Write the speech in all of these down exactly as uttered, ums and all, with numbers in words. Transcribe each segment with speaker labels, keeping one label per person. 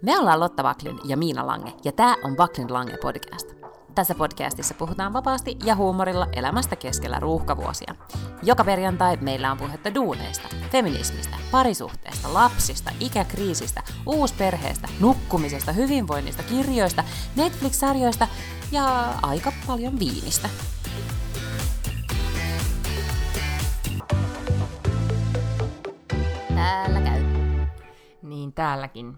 Speaker 1: Me ollaan Lotta Wacklin ja Miina Lange, ja tää on Wacklin Lange podcast. Tässä podcastissa puhutaan vapaasti ja huumorilla elämästä keskellä ruuhkavuosia. Joka perjantai meillä on puhetta duuneista, feminismistä, parisuhteesta, lapsista, ikäkriisistä, uusperheestä, nukkumisesta, hyvinvoinnista, kirjoista, Netflix-sarjoista ja aika paljon viinistä. Täällä käy.
Speaker 2: Niin täälläkin.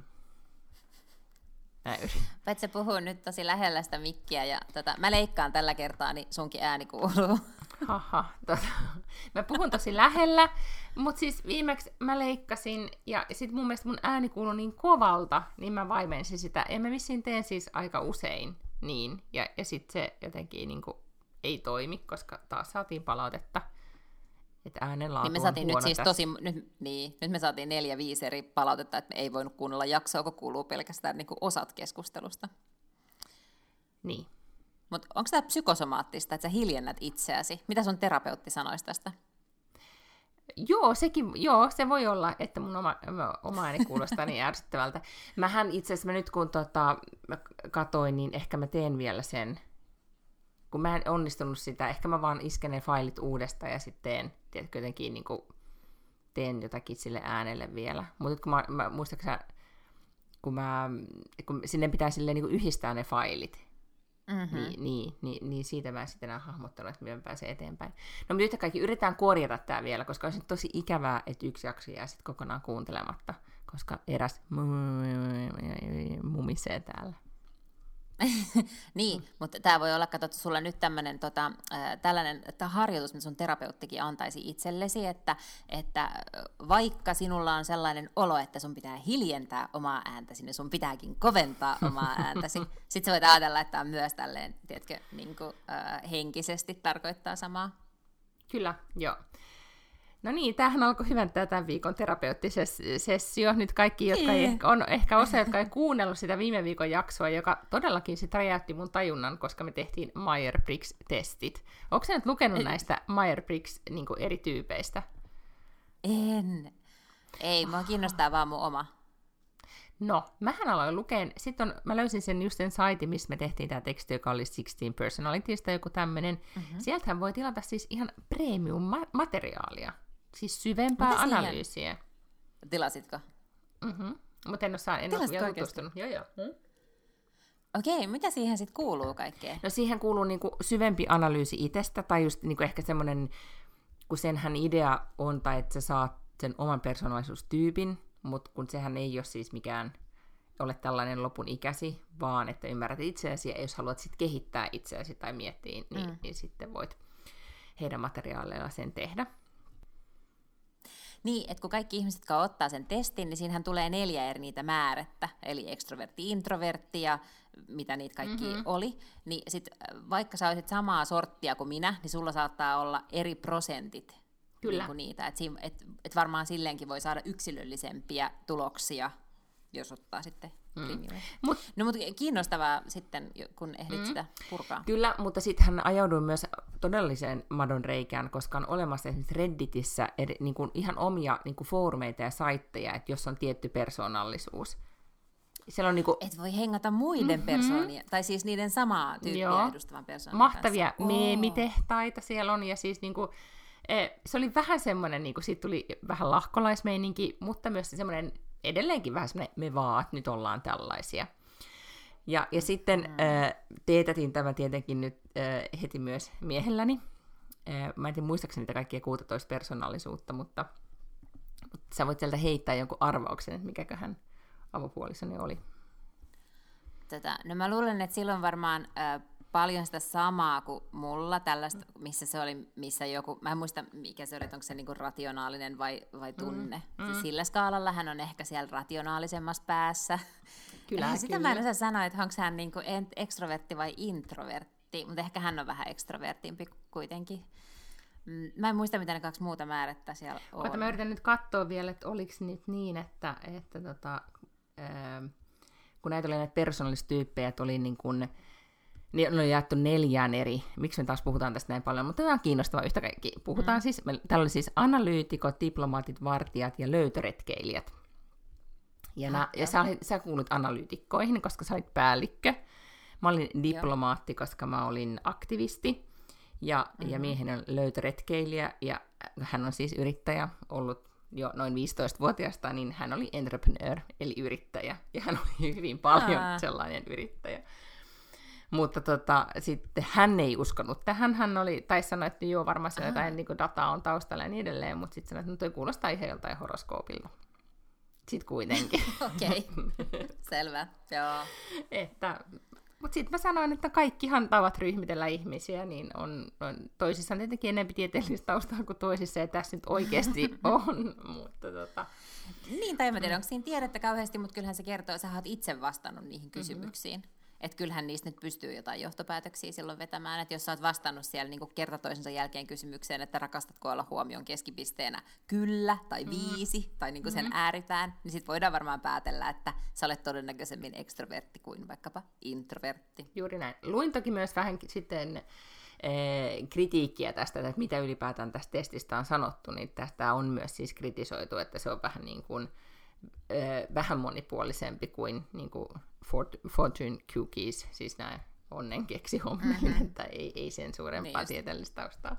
Speaker 1: Paitsi puhuu nyt tosi lähellä sitä mikkiä ja tota, mä leikkaan tällä kertaa, niin sunkin ääni kuuluu.
Speaker 2: Haha, tota. Mä puhun tosi lähellä, mutta siis viimeksi mä leikkasin ja sit mun mielestä mun ääni kuului niin kovalta, niin mä vaimensin sitä. Ja mä vissiin teen siis aika usein niin. Ja, ja sit se jotenkin niinku ei toimi, koska taas saatiin palautetta, että äänenlaatu
Speaker 1: niin me
Speaker 2: on
Speaker 1: saatiin
Speaker 2: huono
Speaker 1: nyt siis
Speaker 2: tässä.
Speaker 1: tosi, nyt, niin, nyt me saatiin neljä, viisi eri palautetta, että me ei voinut kuunnella jaksoa, kun kuuluu pelkästään niin kuin osat keskustelusta.
Speaker 2: Niin.
Speaker 1: Mutta onko tämä psykosomaattista, että sä hiljennät itseäsi? Mitä sun terapeutti sanoisi tästä?
Speaker 2: Joo, sekin, joo, se voi olla, että mun oma, oma ääni kuulostaa niin ärsyttävältä. Mähän itse asiassa, mä nyt kun tota, mä katoin, niin ehkä mä teen vielä sen, kun mä en onnistunut sitä, ehkä mä vaan isken ne failit uudestaan ja sitten teen, tiedätkö, jotenkin niin kuin, teen jotakin sille äänelle vielä. Mutta kun mä, mä muistaakseni, kun, mä, kun sinne pitää silleen niin kuin yhdistää ne failit, mm-hmm. niin, niin, niin, niin siitä mä en sitten enää hahmottanut, että miten mä pääsen eteenpäin. No mutta yhtä kaikki yritetään korjata tää vielä, koska olisi tosi ikävää, että yksi jakso jää sitten kokonaan kuuntelematta, koska eräs mumisee täällä.
Speaker 1: Niin, mutta tämä voi olla, katsottu, sulla nyt tämmöinen tota, äh, tällainen harjoitus, mitä sun terapeuttikin antaisi itsellesi, että, että vaikka sinulla on sellainen olo, että sun pitää hiljentää omaa ääntäsi, niin sun pitääkin koventaa omaa ääntäsi. Sitten sä voit ajatella, että tämä on myös tälleen, tiedätkö, niin kuin, äh, henkisesti tarkoittaa samaa.
Speaker 2: Kyllä, joo. No niin, tämähän alkoi hyvän tämän viikon terapeuttisessio. Nyt kaikki, jotka ei ehkä, on ehkä osa, jotka ei kuunnellut sitä viime viikon jaksoa, joka todellakin sitten räjäytti mun tajunnan, koska me tehtiin Myers-Briggs-testit. Onko sä nyt lukenut näistä Myers-Briggs niin kuin eri tyypeistä?
Speaker 1: En. Ei, mua kiinnostaa vaan mun oma.
Speaker 2: No, mähän aloin lukeen. Sitten on, mä löysin sen just sen saitin, missä me tehtiin tämä teksti, joka oli sixteen Personalities tai joku tämmöinen. Mm-hmm. Sieltähän voi tilata siis ihan premium-materiaalia. Siis syvempää mitä analyysiä. Siihen?
Speaker 1: Tilasitko?
Speaker 2: Mm-hmm. Mutta en ole, saa, en ole vielä tutustunut. Joo, joo. Hmm?
Speaker 1: Okei, mitä siihen sitten kuuluu kaikkea?
Speaker 2: No siihen kuuluu niinku syvempi analyysi itsestä, tai just niinku ehkä semmoinen, kun senhän idea on, tai että sä saat sen oman persoonallisuustyypin, mutta kun sehän ei ole siis mikään, ole tällainen lopun ikäsi, vaan että ymmärrät itseäsi, ja jos haluat sitten kehittää itseäsi tai miettiä, niin, mm. niin sitten voit heidän materiaaleilla sen tehdä.
Speaker 1: Niin, että kun kaikki ihmiset, jotka ottaa sen testin, niin siinähän tulee neljä eri niitä määrettä, eli ekstrovertti, introvertti ja mitä niitä kaikki mm-hmm. oli, niin sit vaikka sä olisit samaa sorttia kuin minä, niin sulla saattaa olla eri prosentit niin kuin niitä, että et, et varmaan silleenkin voi saada yksilöllisempiä tuloksia, jos ottaa sitten mm. Mut, no mutta kiinnostavaa sitten, kun ehdit mm. sitä purkaa.
Speaker 2: Kyllä, mutta sitten hän ajaudui myös todelliseen madon reikään, koska on olemassa esimerkiksi Redditissä eri, niin kuin ihan omia niin kuin foorumeita ja saitteja, että jos on tietty persoonallisuus. On niin kuin
Speaker 1: et voi hengata muiden mm-hmm. persoonia, tai siis niiden samaa tyyppiä Joo. edustavan persoonan
Speaker 2: mahtavia
Speaker 1: kanssa.
Speaker 2: meemitehtaita siellä on, ja siis niin kuin, se oli vähän semmoinen, niin kuin siitä tuli vähän lahkolaismeininki, mutta myös semmoinen edelleenkin vähän semmoinen, me vaan, nyt ollaan tällaisia. Ja, ja sitten mm. äh, teetätin tämä tietenkin nyt äh, heti myös miehelläni. Äh, mä en tiedä muistaakseni niitä kaikkia kuusitoista persoonallisuutta, mutta, mutta sä voit sieltä heittää jonkun arvauksen, että mikäköhän avopuolisoni oli.
Speaker 1: Tätä, no mä luulen, että silloin varmaan äh, paljon sitä samaa kuin mulla, tällaista, missä se oli, missä joku, mä en muista mikä se oli, onko se niinku rationaalinen vai, vai tunne. Mm, mm. Siis sillä skaalalla hän on ehkä siellä rationaalisemmassa päässä. Kyllä, sitä kyllä. Mä en osaa sanoa, että onko hän niinku ekstrovertti vai introvertti, mutta ehkä hän on vähän ekstrovertimpi kuitenkin. Mä en muista, mitä ne kaksi muuta määrättä siellä on.
Speaker 2: Ota, mä yritän nyt katsoa vielä, että oliko nyt niin, että, että tota, ää, kun näitä oli näitä persoonallistyyppejä, että oli niin kuin niin on jaettu neljään eri, miksi me taas puhutaan tästä näin paljon, mutta tämä on kiinnostavaa yhtä kaikki. Puhutaan mm. siis, täällä oli siis analyytikot, diplomaatit, vartijat ja löytöretkeilijät. Ja, nä, ja sä, olit, sä kuulut analyytikkoihin, koska sä olit päällikkö. Mä olin diplomaatti, Joo. koska mä olin aktivisti. Ja, mm-hmm. ja mieheni on löytöretkeilijä, ja hän on siis yrittäjä, ollut jo noin viisitoistavuotiaasta, niin hän oli entrepreneur, eli yrittäjä. Ja hän oli hyvin paljon Aa. sellainen yrittäjä. Mutta tota, sitten hän ei uskonut tähän. Hän oli, tai sanoi, että joo, varmasti jotain niin kuin dataa on taustalla ja niin edelleen, mutta sitten sanoi, että no toi kuulostaa ihan joltain horoskoopilta. Sitten kuitenkin.
Speaker 1: Okei, okay. Selvä, joo.
Speaker 2: Että, mutta sitten mä sanoin, että kaikkihan tavat ryhmitellä ihmisiä, niin on, on toisissa tietenkin enemmän tieteellistä taustaa kuin toisissa, ja tässä nyt oikeasti on. Mutta tota...
Speaker 1: Niin, tai en mä tiedä, onko siinä tiedettä kauheasti, mutta kyllähän se kertoo, että sä oot itse vastannut niihin kysymyksiin. Mm-hmm. Että kyllähän niistä nyt pystyy jotain johtopäätöksiä silloin vetämään, että jos sä oot vastannut siellä niin kuin kerta toisensa jälkeen kysymykseen, että rakastatko olla huomion keskipisteenä kyllä tai viisi mm. tai niin kuin sen mm. ääripään, niin sit voidaan varmaan päätellä, että sä olet todennäköisemmin ekstrovertti kuin vaikkapa introvertti.
Speaker 2: Juuri näin. Luin toki myös vähän sitten eh, kritiikkiä tästä, että mitä ylipäätään tästä testistä on sanottu, niin tästä on myös siis kritisoitu, että se on vähän niin kuin vähän monipuolisempi kuin, niin kuin Fortune Cookies, siis nämä onnenkeksihommille, mm-hmm. että ei, ei sen suurempaa niin tieteellistä taustaa.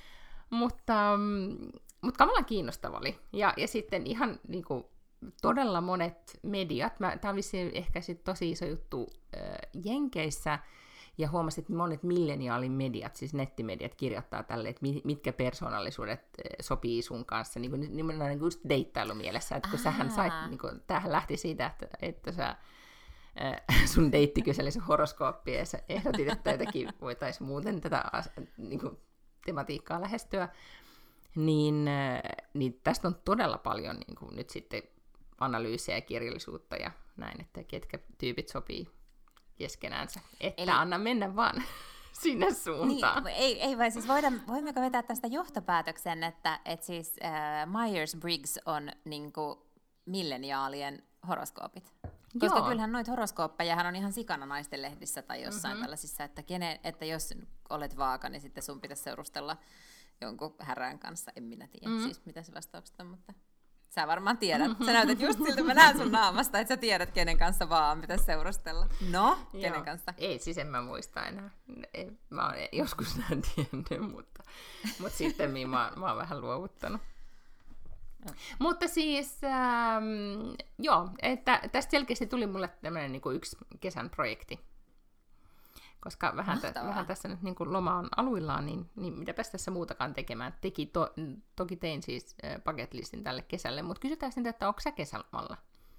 Speaker 2: Mutta, mutta kamalan kiinnostava oli. Ja, ja sitten ihan niin kuin, todella monet mediat, tämä on vissiin ehkä sit tosi iso juttu äh, Jenkeissä, ja huomasin, että monet milleniaalimediat, siis nettimediat, kirjoittaa tälle, että mitkä persoonallisuudet sopii sun kanssa, niin kuin, nimenomaan niin kuin just deittailumielessä, että kun Aa. sähän sait, niin kuin, tämähän lähti siitä, että, että sä, äh, sun deitti kyseli sun horoskooppia, ja sä ehdotit, että jotenkin voitaisiin muuten tätä niin kuin, tematiikkaa lähestyä, niin, äh, niin tästä on todella paljon niin kuin, nyt sitten analyysiä ja kirjallisuutta ja näin, että ketkä tyypit sopii keskenäänsä, että Eli... anna mennä vaan sinne suuntaan.
Speaker 1: Niin, ei, ei vai siis voidaan, voimmeko vetää tästä johtopäätöksen, että et siis äh, Myers-Briggs on niinku milleniaalien horoskoopit? Koska Joo. kyllähän noita horoskooppejahan on ihan sikana naisten lehdissä tai jossain mm-hmm. tällaisissa, että, kene, että jos olet vaaka, niin sitten sun pitäisi seurustella jonkun härän kanssa. En minä tiedä mm-hmm. siis, mitä se vastaukset on, mutta... Sä varmaan tiedät. Sä näytät just siltä, mä näen sun naamasta, että sä tiedät, kenen kanssa vaan pitäisi seurustella. No, kenen Joo. kanssa?
Speaker 2: Ei, siis en mä muista enää. Ei, mä oon joskus näin tiennyt, mutta, mutta sitten mä, mä oon vähän luovuttanut. No. Mutta siis, ähm, joo, että tästä selkeästi tuli mulle tämmöinen niin kuin yksi kesän projekti. Koska vähän, tä, vähän tässä nyt niin kuin loma on aluillaan, niin, niin mitäpäs tässä muutakaan tekemään. Teki to, toki tein siis äh, bucket-listin tälle kesälle, mutta kysytään sitten, että onko sä kesälomalla?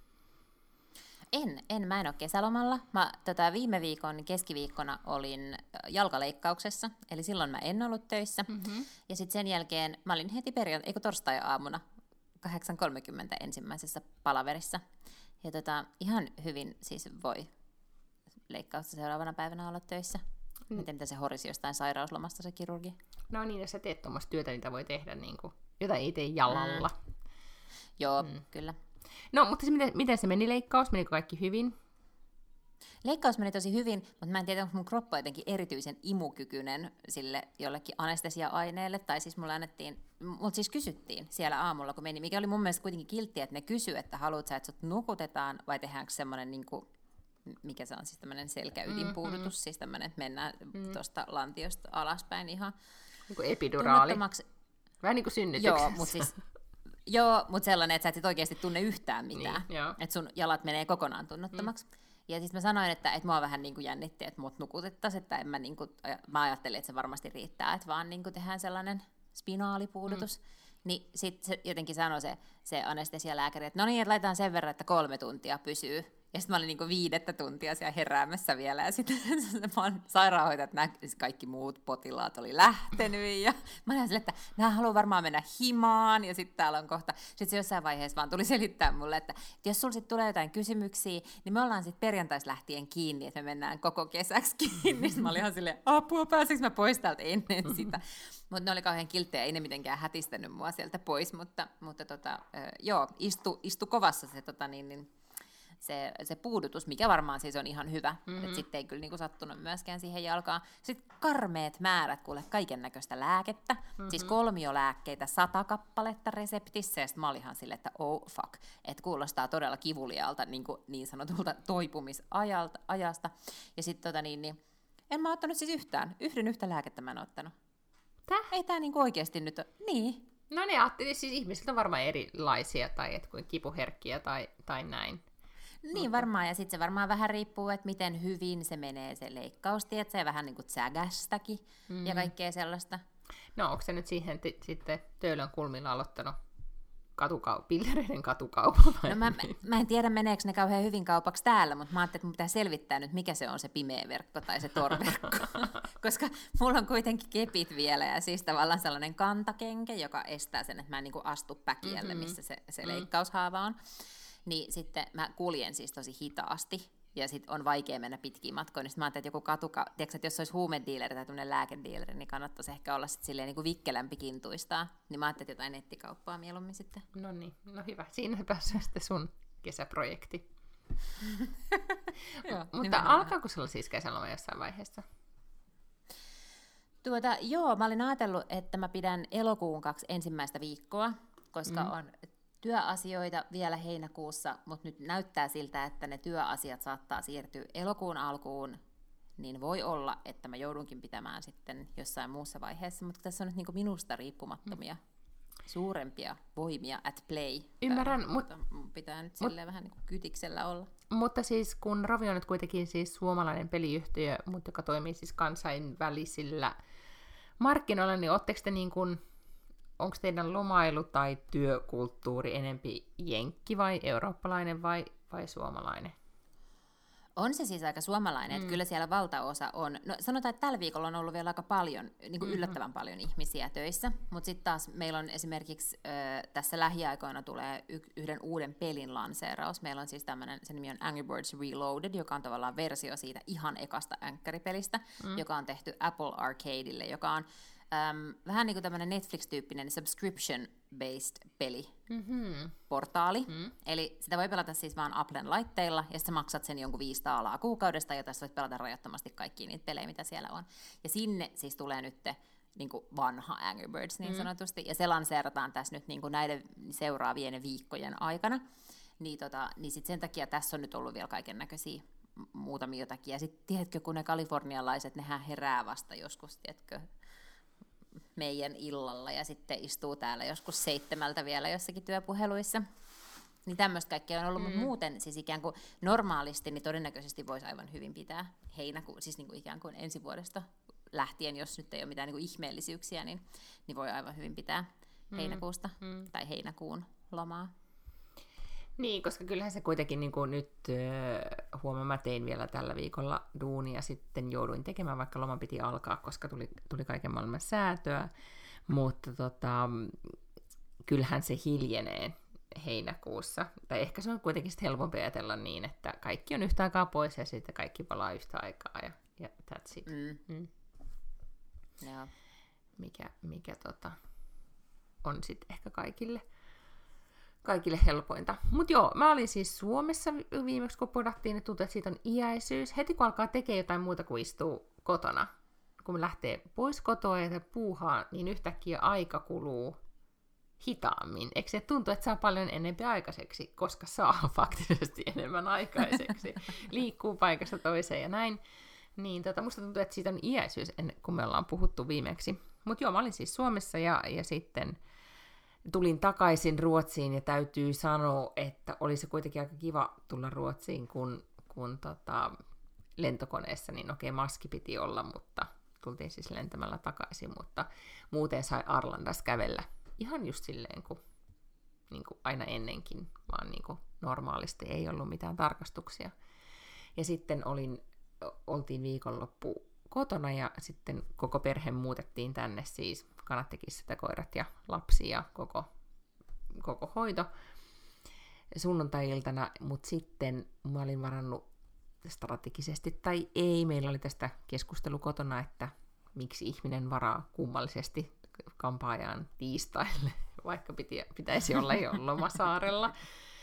Speaker 1: En, en, mä en ole kesälomalla. Mä tätä viime viikon keskiviikkona olin jalkaleikkauksessa, eli silloin mä en ollut töissä. Mm-hmm. Ja sitten sen jälkeen mä olin heti perjantai, eikö torstai-aamuna kahdeksan kolmekymmentä ensimmäisessä palaverissa. Ja tota, ihan hyvin siis voi leikkausta seuraavana päivänä olla töissä. Mm. Miten mitä se horisi jostain sairauslomasta se kirurgi?
Speaker 2: No niin, jos sä teet tuommoista työtä, niitä voi tehdä niin kuin, jota ei tee jalalla. Mm.
Speaker 1: Joo, mm. kyllä.
Speaker 2: No, mutta se, miten, miten se meni leikkaus? Menikö kaikki hyvin?
Speaker 1: Leikkaus meni tosi hyvin, mutta mä en tiedä, onko mun kroppa jotenkin erityisen imukykyinen sille jollekin anestesia-aineelle, tai siis mulle annettiin, mutta siis kysyttiin siellä aamulla, kun meni, mikä oli mun mielestä kuitenkin kilttiä, että ne kysyi, että haluat sä, että sut nukutetaan, vai tehdäänkö semmoinen niin kuin mikä se on, siis tämmöinen selkäydinpuudutus, mm, mm. siis tämmöinen, että mennään mm. tuosta lantiosta alaspäin ihan
Speaker 2: niin kuin epiduraali. Vähän niin kuin synnytyksessä.
Speaker 1: Joo, mutta siis, joo, mut sellainen, että sä et sit oikeasti tunne yhtään mitään. Niin, että sun jalat menee kokonaan tunnottomaksi. Mm. Ja sitten mä sanoin, että, että mua vähän niin kuin jännitti, että mut nukutettaisiin, että en mä, niin kuin, mä ajattelin, että se varmasti riittää, että vaan niin kuin tehdään sellainen spinaalipuudutus. Mm. Niin sitten se jotenkin sanoi se, se anestesialääkäri, että no niin, että laitetaan sen verran, että kolme tuntia pysyy. Ja sitten mä olin niinku viidettä tuntia siellä heräämässä vielä, ja sitten sairaanhoitajat, nämä kaikki muut potilaat oli lähtenyt, ja mä olin sille, että nämä haluaa varmaan mennä himaan, ja sitten täällä on kohta, sitten se jossain vaiheessa vaan tuli selittää mulle, että, että jos sulla sitten tulee jotain kysymyksiä, niin me ollaan sitten perjantais lähtien kiinni, että me mennään koko kesäksi kiinni. Sitten mä olin ihan silleen, apua, pääsikö mä pois täältä ennen sitä. Mutta ne oli kauhean kilttejä, ei ne mitenkään hätistänyt mua sieltä pois, mutta, mutta tota, joo, istu, istu kovassa se tota niin, niin se, se puudutus, mikä varmaan siis on ihan hyvä,
Speaker 2: Mm-hmm.
Speaker 1: että sitten ei kyllä niinku sattunut myöskään siihen jalkaan. Sitten karmeet määrät, kuule, kaiken näköistä lääkettä, mm-hmm. siis kolmiolääkkeitä, sata kappaletta reseptissä, ja sitten mä olin ihan silleen, että oh fuck, että kuulostaa todella kivuliaalta niin, niin sanotulta toipumisajasta, ja sitten tota niin, niin en mä ottanut siis yhtään, yhden yhtä lääkettä mä en ottanut.
Speaker 2: Täh?
Speaker 1: Ei tää niinku oikeesti nyt ole, niin.
Speaker 2: No ne ajattelin, siis ihmisiltä on varmaan erilaisia, tai et kuin kipuherkkiä tai, tai näin.
Speaker 1: Niin
Speaker 2: Mutta...
Speaker 1: varmaan, ja sitten se varmaan vähän riippuu, että miten hyvin se menee se leikkaus, tiedätkö, ja vähän niin kuin tsägästäkin mm. ja kaikkea sellaista.
Speaker 2: No onko se nyt siihen t- sitten Töölön kulmilla aloittanut katukau- pillereiden katukaupan?
Speaker 1: No mä, mä en tiedä, meneekö ne kauhean hyvin kaupaksi täällä, mutta mä ajattelin, että mun pitää selvittää nyt, mikä se on se pimeä verkko tai se torverkko. Koska mulla on kuitenkin kepit vielä, ja siis tavallaan sellainen kantakenke, joka estää sen, että mä en niin kuin astu päkiälle, missä se, se leikkaushaava on. Niin sitten mä kuljen siis tosi hitaasti, ja sitten on vaikea mennä pitkiin matkoihin. Sitten mä ajattelin, että joku katuka, tiedätkö, että jos olisi huumediileri tai tämmöinen lääkediileri, niin kannattaisi ehkä olla sitten silleen niin kuin vikkelämpi kintuistaa. Niin mä ajattelin, että jotain nettikauppaa mieluummin sitten.
Speaker 2: No niin, no hyvä. Siinä pääsee sitten sun kesäprojekti.
Speaker 1: Joo,
Speaker 2: mutta
Speaker 1: nimenomaan.
Speaker 2: alkaako sulla siis kesäloma jossain vaiheessa?
Speaker 1: Tuota, joo, mä olin ajatellut, että mä pidän elokuun kaksi ensimmäistä viikkoa, koska mm. on työasioita vielä heinäkuussa, mutta nyt näyttää siltä, että ne työasiat saattaa siirtyä elokuun alkuun, niin voi olla, että mä joudunkin pitämään sitten jossain muussa vaiheessa, mutta tässä on nyt niin kuin minusta riippumattomia, mm. suurempia voimia at play.
Speaker 2: Ymmärrän,
Speaker 1: Ää,
Speaker 2: mutta
Speaker 1: pitää nyt
Speaker 2: mut,
Speaker 1: silleen vähän niin kuin kytiksellä olla.
Speaker 2: Mutta siis kun Ravi on nyt kuitenkin siis suomalainen peliyhtiö, mutta joka toimii siis kansainvälisillä markkinoilla, niin ootteko te niin kuin, onko teidän lomailu tai työkulttuuri enempi jenkki vai eurooppalainen vai, vai suomalainen?
Speaker 1: On se siis aika suomalainen, mm. että kyllä siellä valtaosa on, no sanotaan, että tällä viikolla on ollut vielä aika paljon, niin kuin yllättävän mm-hmm. paljon ihmisiä töissä, mutta sitten taas meillä on esimerkiksi äh, tässä lähiaikoina tulee y- yhden uuden pelin lanseeraus. Meillä on siis tämmöinen, sen nimi on Angry Birds Reloaded, joka on tavallaan versio siitä ihan ekasta änkkäripelistä, mm. joka on tehty Apple Arcadeille, joka on äm, vähän niin kuin tämmöinen Netflix-tyyppinen subscription-based peli. Mm-hmm. portaali. Mm. Eli sitä voi pelata siis vaan Applen laitteilla, ja sitten maksat sen jonkun viisi taalaa kuukaudesta, ja tässä voit pelata rajattomasti kaikkia niitä pelejä, mitä siellä on. Ja sinne siis tulee nyt niin kuin vanha Angry Birds niin mm. sanotusti, ja se lanseerataan tässä nyt niin kuin näiden seuraavien viikkojen aikana. Niin, tota, niin sit sen takia tässä on nyt ollut vielä kaiken näköisiä muutamia jotakin. Ja sitten tiedätkö, kun ne kalifornialaiset, nehän herää vasta joskus, tiedätkö, meidän illalla ja sitten istuu täällä joskus seitsemältä vielä jossakin työpuheluissa. Niin tämmöistä kaikkea on ollut, mm. mutta muuten siis ikään kuin normaalisti niin todennäköisesti voisi aivan hyvin pitää heinäkuun, siis niin kuin ikään kuin ensi vuodesta lähtien, jos nyt ei ole mitään niin kuin ihmeellisyyksiä, niin, niin voi aivan hyvin pitää mm. heinäkuusta mm. tai heinäkuun lomaa.
Speaker 2: Niin, koska kyllähän se kuitenkin niin kuin nyt äh, huomaa, mä tein vielä tällä viikolla duunia, sitten jouduin tekemään, vaikka loman piti alkaa, koska tuli, tuli kaiken maailman säätöä, mutta tota, kyllähän se hiljenee heinäkuussa. Tai ehkä se on kuitenkin sitten helpompi ajatella niin, että kaikki on yhtä aikaa pois ja sitten kaikki palaa yhtä aikaa ja, ja that's it.
Speaker 1: Mm. Mm. Yeah.
Speaker 2: Mikä, mikä tota, on sitten ehkä kaikille. Kaikille helpointa. Mutta joo, mä olin siis Suomessa viimeksi, kun podattiin, että tuntuu, että siitä on iäisyys. Heti kun alkaa tekemään jotain muuta kuin istuu kotona, kun me lähtee pois kotoa ja puuhaa, niin yhtäkkiä aika kuluu hitaammin. Eikö se tuntu, että saa paljon enemmän aikaiseksi, koska saa faktisesti enemmän aikaiseksi. Liikkuu paikasta toiseen ja näin. Niin tota, musta tuntuu, että siitä on iäisyys, ennen kuin me ollaan puhuttu viimeksi. Mutta joo, mä olin siis Suomessa ja, ja sitten tulin takaisin Ruotsiin ja täytyy sanoa, että oli se kuitenkin aika kiva tulla Ruotsiin, kun, kun tota, lentokoneessa, niin okei, maski piti olla, mutta tultiin siis lentämällä takaisin, mutta muuten sai Arlandassa kävellä ihan just silleen kuin, niin kuin aina ennenkin, vaan niin kuin normaalisti ei ollut mitään tarkastuksia. Ja sitten olin, oltiin viikonloppu kotona ja sitten koko perhe muutettiin tänne siis kanattikissat, koirat ja lapsi ja koko, koko hoito sunnuntai-iltana, mutta sitten mä olin varannut strategisesti tai ei, meillä oli tästä keskustelu kotona, että miksi ihminen varaa kummallisesti kampaajaan tiistaille, vaikka piti, pitäisi olla jo lomasaarella.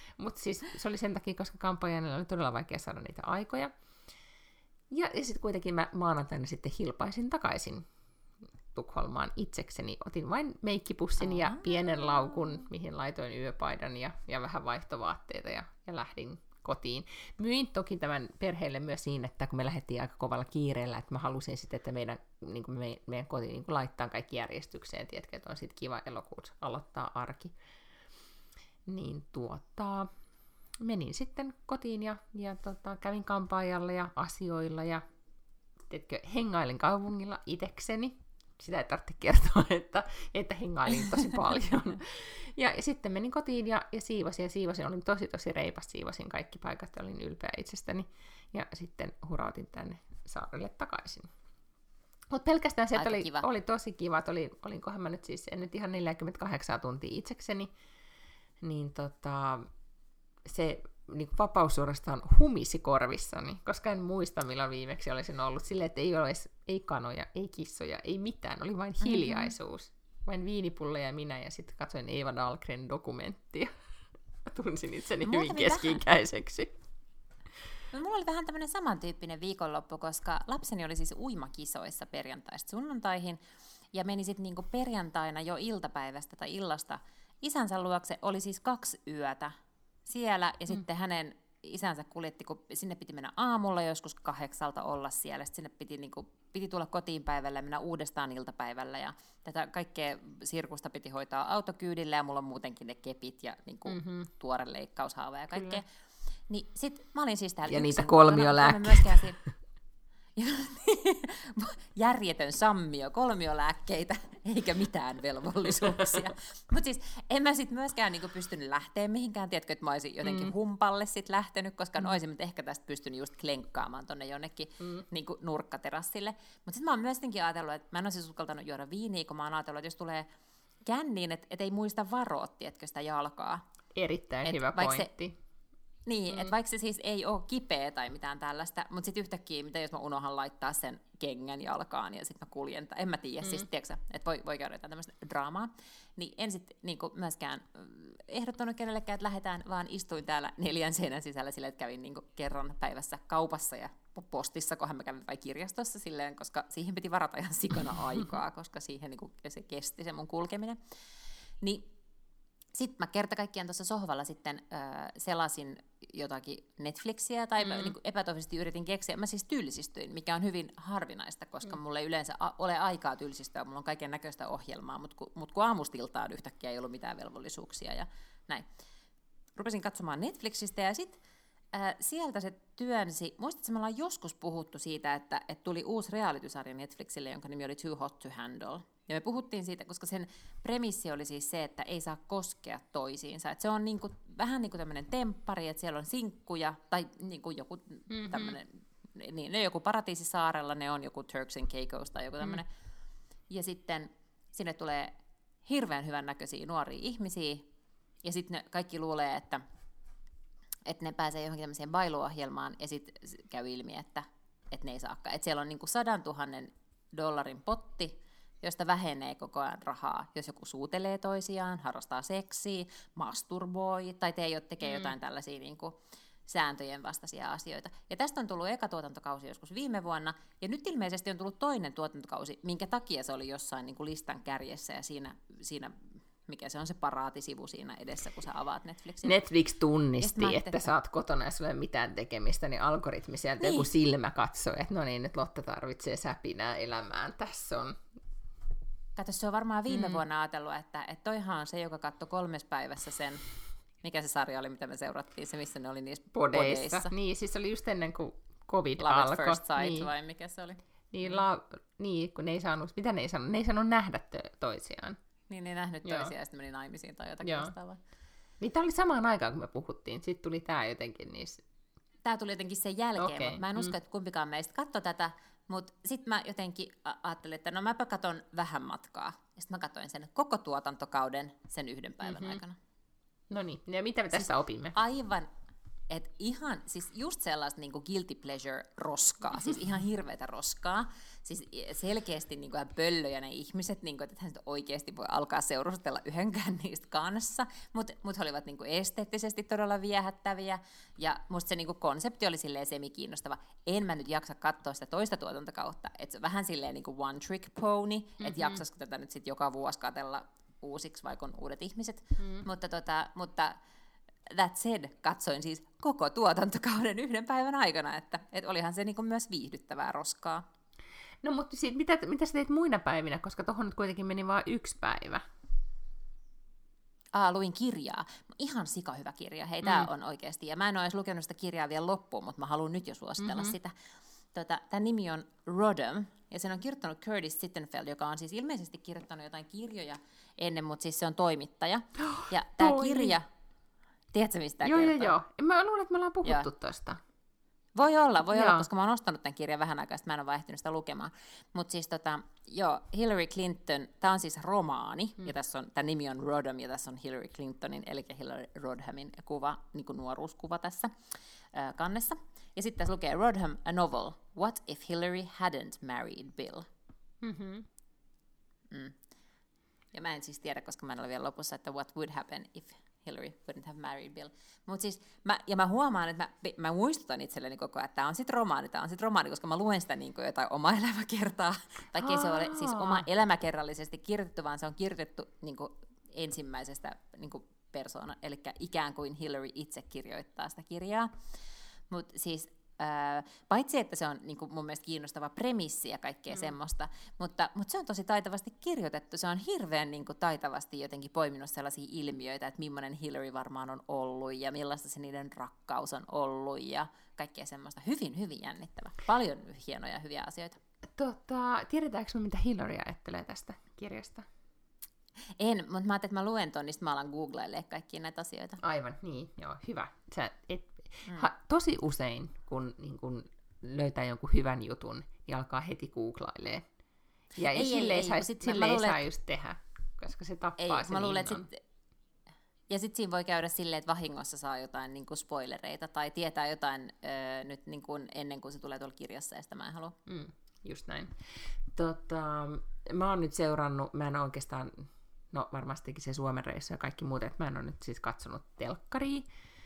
Speaker 2: Mutta siis se oli sen takia, koska kampanjalla oli todella vaikea saada niitä aikoja. Ja, ja sitten kuitenkin mä maanantaina sitten hilpaisin takaisin Tukholmaan itsekseni. Otin vain meikkipussin ja pienen laukun, mihin laitoin yöpaidan ja, ja vähän vaihtovaatteita ja, ja lähdin kotiin. Myin toki tämän perheelle myös siinä, että kun me lähdettiin aika kovalla kiireellä, että mä halusin sitten, että meidän, niin kuin me, meidän koti niin kuin laittaa kaikki järjestykseen, tiedätkö, että on sitten kiva elokuussa aloittaa arki. Niin tuota, menin sitten kotiin ja, ja tota, kävin kampaajalla ja asioilla ja tiedätkö, hengailin kaupungilla itekseni. Sitä ei tarvitse kertoa, että, että hengailin tosi paljon. Ja, ja sitten menin kotiin ja, ja siivosin ja siivosin. Olin tosi tosi reipas, siivosin kaikki paikat ja olin ylpeä itsestäni. Ja sitten hurautin tänne saarelle takaisin. Mutta pelkästään se, että oli, oli tosi kiva. Että oli, olinkohan mä nyt siis, en nyt ihan neljäkymmentäkahdeksan tuntia itsekseni. Niin tota, se niin vapaus suorastaan humisi korvissani, koska en muista, milloin viimeksi olisin ollut silleen, että ei ole ei kanoja, ei kissoja, ei mitään, oli vain hiljaisuus. Mm-hmm. Vain viinipulleja ja minä, ja sitten katsoin Eva Dahlgren dokumenttia. Tunsin itseni no, hyvin keski-ikäiseksi.
Speaker 1: Vähän... No, mulla oli vähän tämmöinen samantyyppinen viikonloppu, koska lapseni oli siis uimakisoissa perjantaista sunnuntaihin, ja meni sitten niinku perjantaina jo iltapäivästä tai illasta isänsä luokse, oli siis kaksi yötä siellä, ja mm. sitten hänen isänsä kuljetti, kun sinne piti mennä aamulla joskus kahdeksalta olla siellä, sitten sinne piti, niin kuin, piti tulla kotiin päivällä ja mennä uudestaan iltapäivällä, ja tätä kaikkea sirkusta piti hoitaa autokyydillä, ja mulla on muutenkin ne kepit ja niin kuin, mm-hmm. tuore leikkaushaava ja kaikkea. Niin sit mä olin siis täällä
Speaker 2: ja
Speaker 1: yksin.
Speaker 2: Niitä kolmiolääkkeitä.
Speaker 1: Järjetön sammio, kolmiolääkkeitä, eikä mitään velvollisuuksia. Mutta siis en mä sit myöskään niinku pystynyt lähteä mihinkään, tiedätkö, että mä olisin jotenkin mm. humpalle sit lähtenyt, koska mm. olisin ehkä tästä pystynyt just klenkkaamaan tonne jonnekin mm. niinku nurkkaterassille. Mutta sitten mä oon myös ajatellut, että mä en ole siis uskaltanut juoda viiniä, kun mä oon ajatellut, että jos tulee känniin, että et ei muista varoa, tiedätkö, sitä jalkaa.
Speaker 2: Erittäin et hyvä pointti.
Speaker 1: Se, Niin, mm. että vaikka se siis ei ole kipeä tai mitään tällaista, mutta sitten yhtäkkiä, mitä jos mä unohan laittaa sen kengän jalkaan ja sitten mä kuljen, en mä tiedä, mm. siis tiedätkö että voi, voi käydä jotain tämmöistä draamaa, niin en sitten niinku myöskään ehdottanut kenellekään, että lähdetään, vaan istuin täällä neljän seinän sisällä silleen, että kävin niinku kerran päivässä kaupassa ja postissa, kunhan mä kävin vai kirjastossa silleen, koska siihen piti varata ihan sikana aikaa, koska siihen niinku, se kesti se mun kulkeminen. Niin sitten mä kerta kaikkiaan tuossa sohvalla sitten äh, selasin jotakin Netflixiä tai mm. niin epätoivoisesti yritin keksiä. Mä siis tylsistyin, mikä on hyvin harvinaista, koska mm. mulla ei yleensä a- ole aikaa tylsistyä. Mulla on kaiken näköistä ohjelmaa, mutta kun, mut kun aamustiltaan yhtäkkiä ei ollut mitään velvollisuuksia ja näin. Rupesin katsomaan Netflixistä ja sitten äh, sieltä se työnsi. Muistatko, me ollaan joskus puhuttu siitä, että, että tuli uusi reality-sarja Netflixille, jonka nimi oli Too Hot to Handle. Ja me puhuttiin siitä, koska sen premissi oli siis se, että ei saa koskea toisiinsa. Että se on niinku, vähän niin kuin tämmöinen temppari, että siellä on sinkkuja, tai niinku joku mm-hmm. tämmöinen, niin, ne on joku paratiisisaarella, ne on joku Turks and Caicos tai joku tämmöinen. Mm. Ja sitten sinne tulee hirveän hyvän näköisiä nuoria ihmisiä, ja sitten ne kaikki luulee, että, että ne pääsee johonkin tämmöiseen bailuohjelmaan, ja sitten käy ilmi, että, että ne ei saakaan. Että siellä on niinku sadan tuhannen dollarin potti, josta vähenee koko ajan rahaa, jos joku suutelee toisiaan, harrastaa seksiä, masturboi tai te, tekee mm. jotain tällaisia niin kuin, sääntöjen vastaisia asioita. Ja tästä on tullut eka tuotantokausi joskus viime vuonna, ja nyt ilmeisesti on tullut toinen tuotantokausi, minkä takia se oli jossain niin kuin listan kärjessä, ja siinä, siinä, mikä se on se paraatisivu siinä edessä, kun sä avaat Netflixin.
Speaker 2: Netflix tunnisti, että, että sä oot kotona ja sulla ei ole mitään tekemistä, niin algoritmi sieltä niin. Joku silmä katsoi, että no niin, nyt Lotta tarvitsee säpinää elämään, tässä on.
Speaker 1: Kato, se on varmaan viime mm. vuonna ajatellut, että, että toihan on se, joka katsoi kolmes päivässä sen, mikä se sarja oli, mitä me seurattiin, se missä ne oli niissä podeissa. podeissa.
Speaker 2: Niin, siis oli just ennen kuin COVID
Speaker 1: Love
Speaker 2: alkoi.
Speaker 1: Love at First Sight
Speaker 2: niin.
Speaker 1: vai mikä se oli?
Speaker 2: Niin, la, niin, kun ne ei saanut, mitä ne ei saanut? Ne ei saanut nähdä toisiaan.
Speaker 1: Niin, ne ei nähnyt Joo. toisiaan ja sitten meni naimisiin tai jotakin vastaavaa.
Speaker 2: Niin, tämä oli samaan aikaan, kun me puhuttiin. Sitten tuli tämä jotenkin niissä.
Speaker 1: Tämä tuli jotenkin sen jälkeen, okay. mutta mä en usko,
Speaker 2: mm.
Speaker 1: että kumpikaan meistä katsoi tätä. Mutta sitten mä jotenkin ajattelin, että no mäpä katon vähän matkaa. Ja sitten mä katsoin sen koko tuotantokauden sen yhden päivän mm-hmm. aikana.
Speaker 2: No niin, ja mitä me tässä siis opimme?
Speaker 1: Aivan, et ihan, siis just sellaista niinku guilty pleasure-roskaa, siis ihan hirveätä roskaa, siis selkeästi niinku pöllöjä ne ihmiset, niinku, että hän oikeasti voi alkaa seurustella yhdenkään niistä kanssa, mutta mut he olivat niinku esteettisesti todella viehättäviä, ja musta se niinku konsepti oli silleen semi-kiinnostava. En mä nyt jaksa katsoa sitä toista tuotantokautta, että se on vähän silleen niinku one trick pony, mm-hmm. että jaksaisiko tätä nyt sit joka vuosi katsella uusiksi, vaikka on uudet ihmiset, mm. mutta, tota, mutta that said, katsoin siis koko tuotantokauden yhden päivän aikana, että et olihan se niinku myös viihdyttävää roskaa.
Speaker 2: No mutta sit, mitä, mitä sä teit muina päivinä, koska tohon nyt kuitenkin meni vain yksi päivä?
Speaker 1: Aa, luin kirjaa. Ihan sikahyvä kirja. Hei, tää mm. on oikeasti. Ja mä en ole edes lukenut sitä kirjaa vielä loppuun, mutta mä haluan nyt jo suositella mm-hmm. sitä. Tota, tämän nimi on Rodham, ja sen on kirjoittanut Curtis Sittenfeld, joka on siis ilmeisesti kirjoittanut jotain kirjoja ennen, mutta siis se on toimittaja. Ja tämä kirja, tiedätkö mistä tämä
Speaker 2: joo,
Speaker 1: kertoo?
Speaker 2: Joo, joo. Mä luulen, että me ollaan puhuttu tuosta.
Speaker 1: Voi olla, voi joo. olla, koska mä oon ostanut tämän kirjan vähän aikaa, mä en ole vaan ehtinyt sitä lukemaan. Mutta siis tota, joo, Hillary Clinton, tämä on siis romaani, mm. ja tässä on, tämä nimi on Rodham, ja tässä on Hillary Clintonin, eli Hillary Rodhamin kuva, niin kuin nuoruuskuva tässä äh, kannessa. Ja sitten tässä lukee Rodham, a novel, What if Hillary hadn't married Bill?
Speaker 2: Mm-hmm.
Speaker 1: Mm. Ja mä en siis tiedä, koska mä en ole vielä lopussa, että what would happen if Hillary wouldn't have married Bill. Mut siis, mä, ja mä huomaan, että mä, mä muistutan itselleni koko ajan, että tämä on sitten romaani, tämä on sitten romaani, koska mä luen sitä niin kuin jotain omaa elämäkertaa. Vaikka ei se ole siis oma elämäkerrallisesti kirjoitettu, vaan se on kirjoitettu niin kuin ensimmäisestä niin kuin persoona, eli ikään kuin Hillary itse kirjoittaa sitä kirjaa. Mutta siis, ää, paitsi että se on niin kuin mun mielestä kiinnostava premissi ja kaikkea mm. semmoista, mutta, mutta se on tosi taitavasti kirjoitettu. Se on hirveän niin kuin taitavasti jotenkin poiminut sellaisia ilmiöitä, että millainen Hillary varmaan on ollut ja millaista se niiden rakkaus on ollut ja kaikkea semmoista. Hyvin, hyvin jännittävä. Paljon hienoja hyviä asioita.
Speaker 2: Tota, tiedetäänkö me, mitä Hillary ajattelee tästä kirjasta?
Speaker 1: En, mutta mä ajattelin, että mä luen ton, niin sitten mä alan googlailemaan kaikkia näitä asioita.
Speaker 2: Aivan, niin, joo, hyvä. Sä et, mm. ha, tosi usein, kun, niin kun löytää jonkun hyvän jutun, niin alkaa heti googlailemaan. Ja ei, silleen ei, ei, sit sille ei luulen, saa just tehdä, koska se tappaa ei, sen mä luulen, innon. Sit, ja sitten siinä voi käydä silleen, että vahingossa saa jotain niin kuin spoilereita tai tietää jotain öö, nyt niin kuin ennen kuin se tulee tuolla kirjassa, ja sitä mä en halua. Mm, just näin. Tota, mä oon nyt seurannut, mä en oikeastaan... No varmastikin se Suomen reissu ja kaikki muut, että mä en ole nyt siis katsonut telkkaria,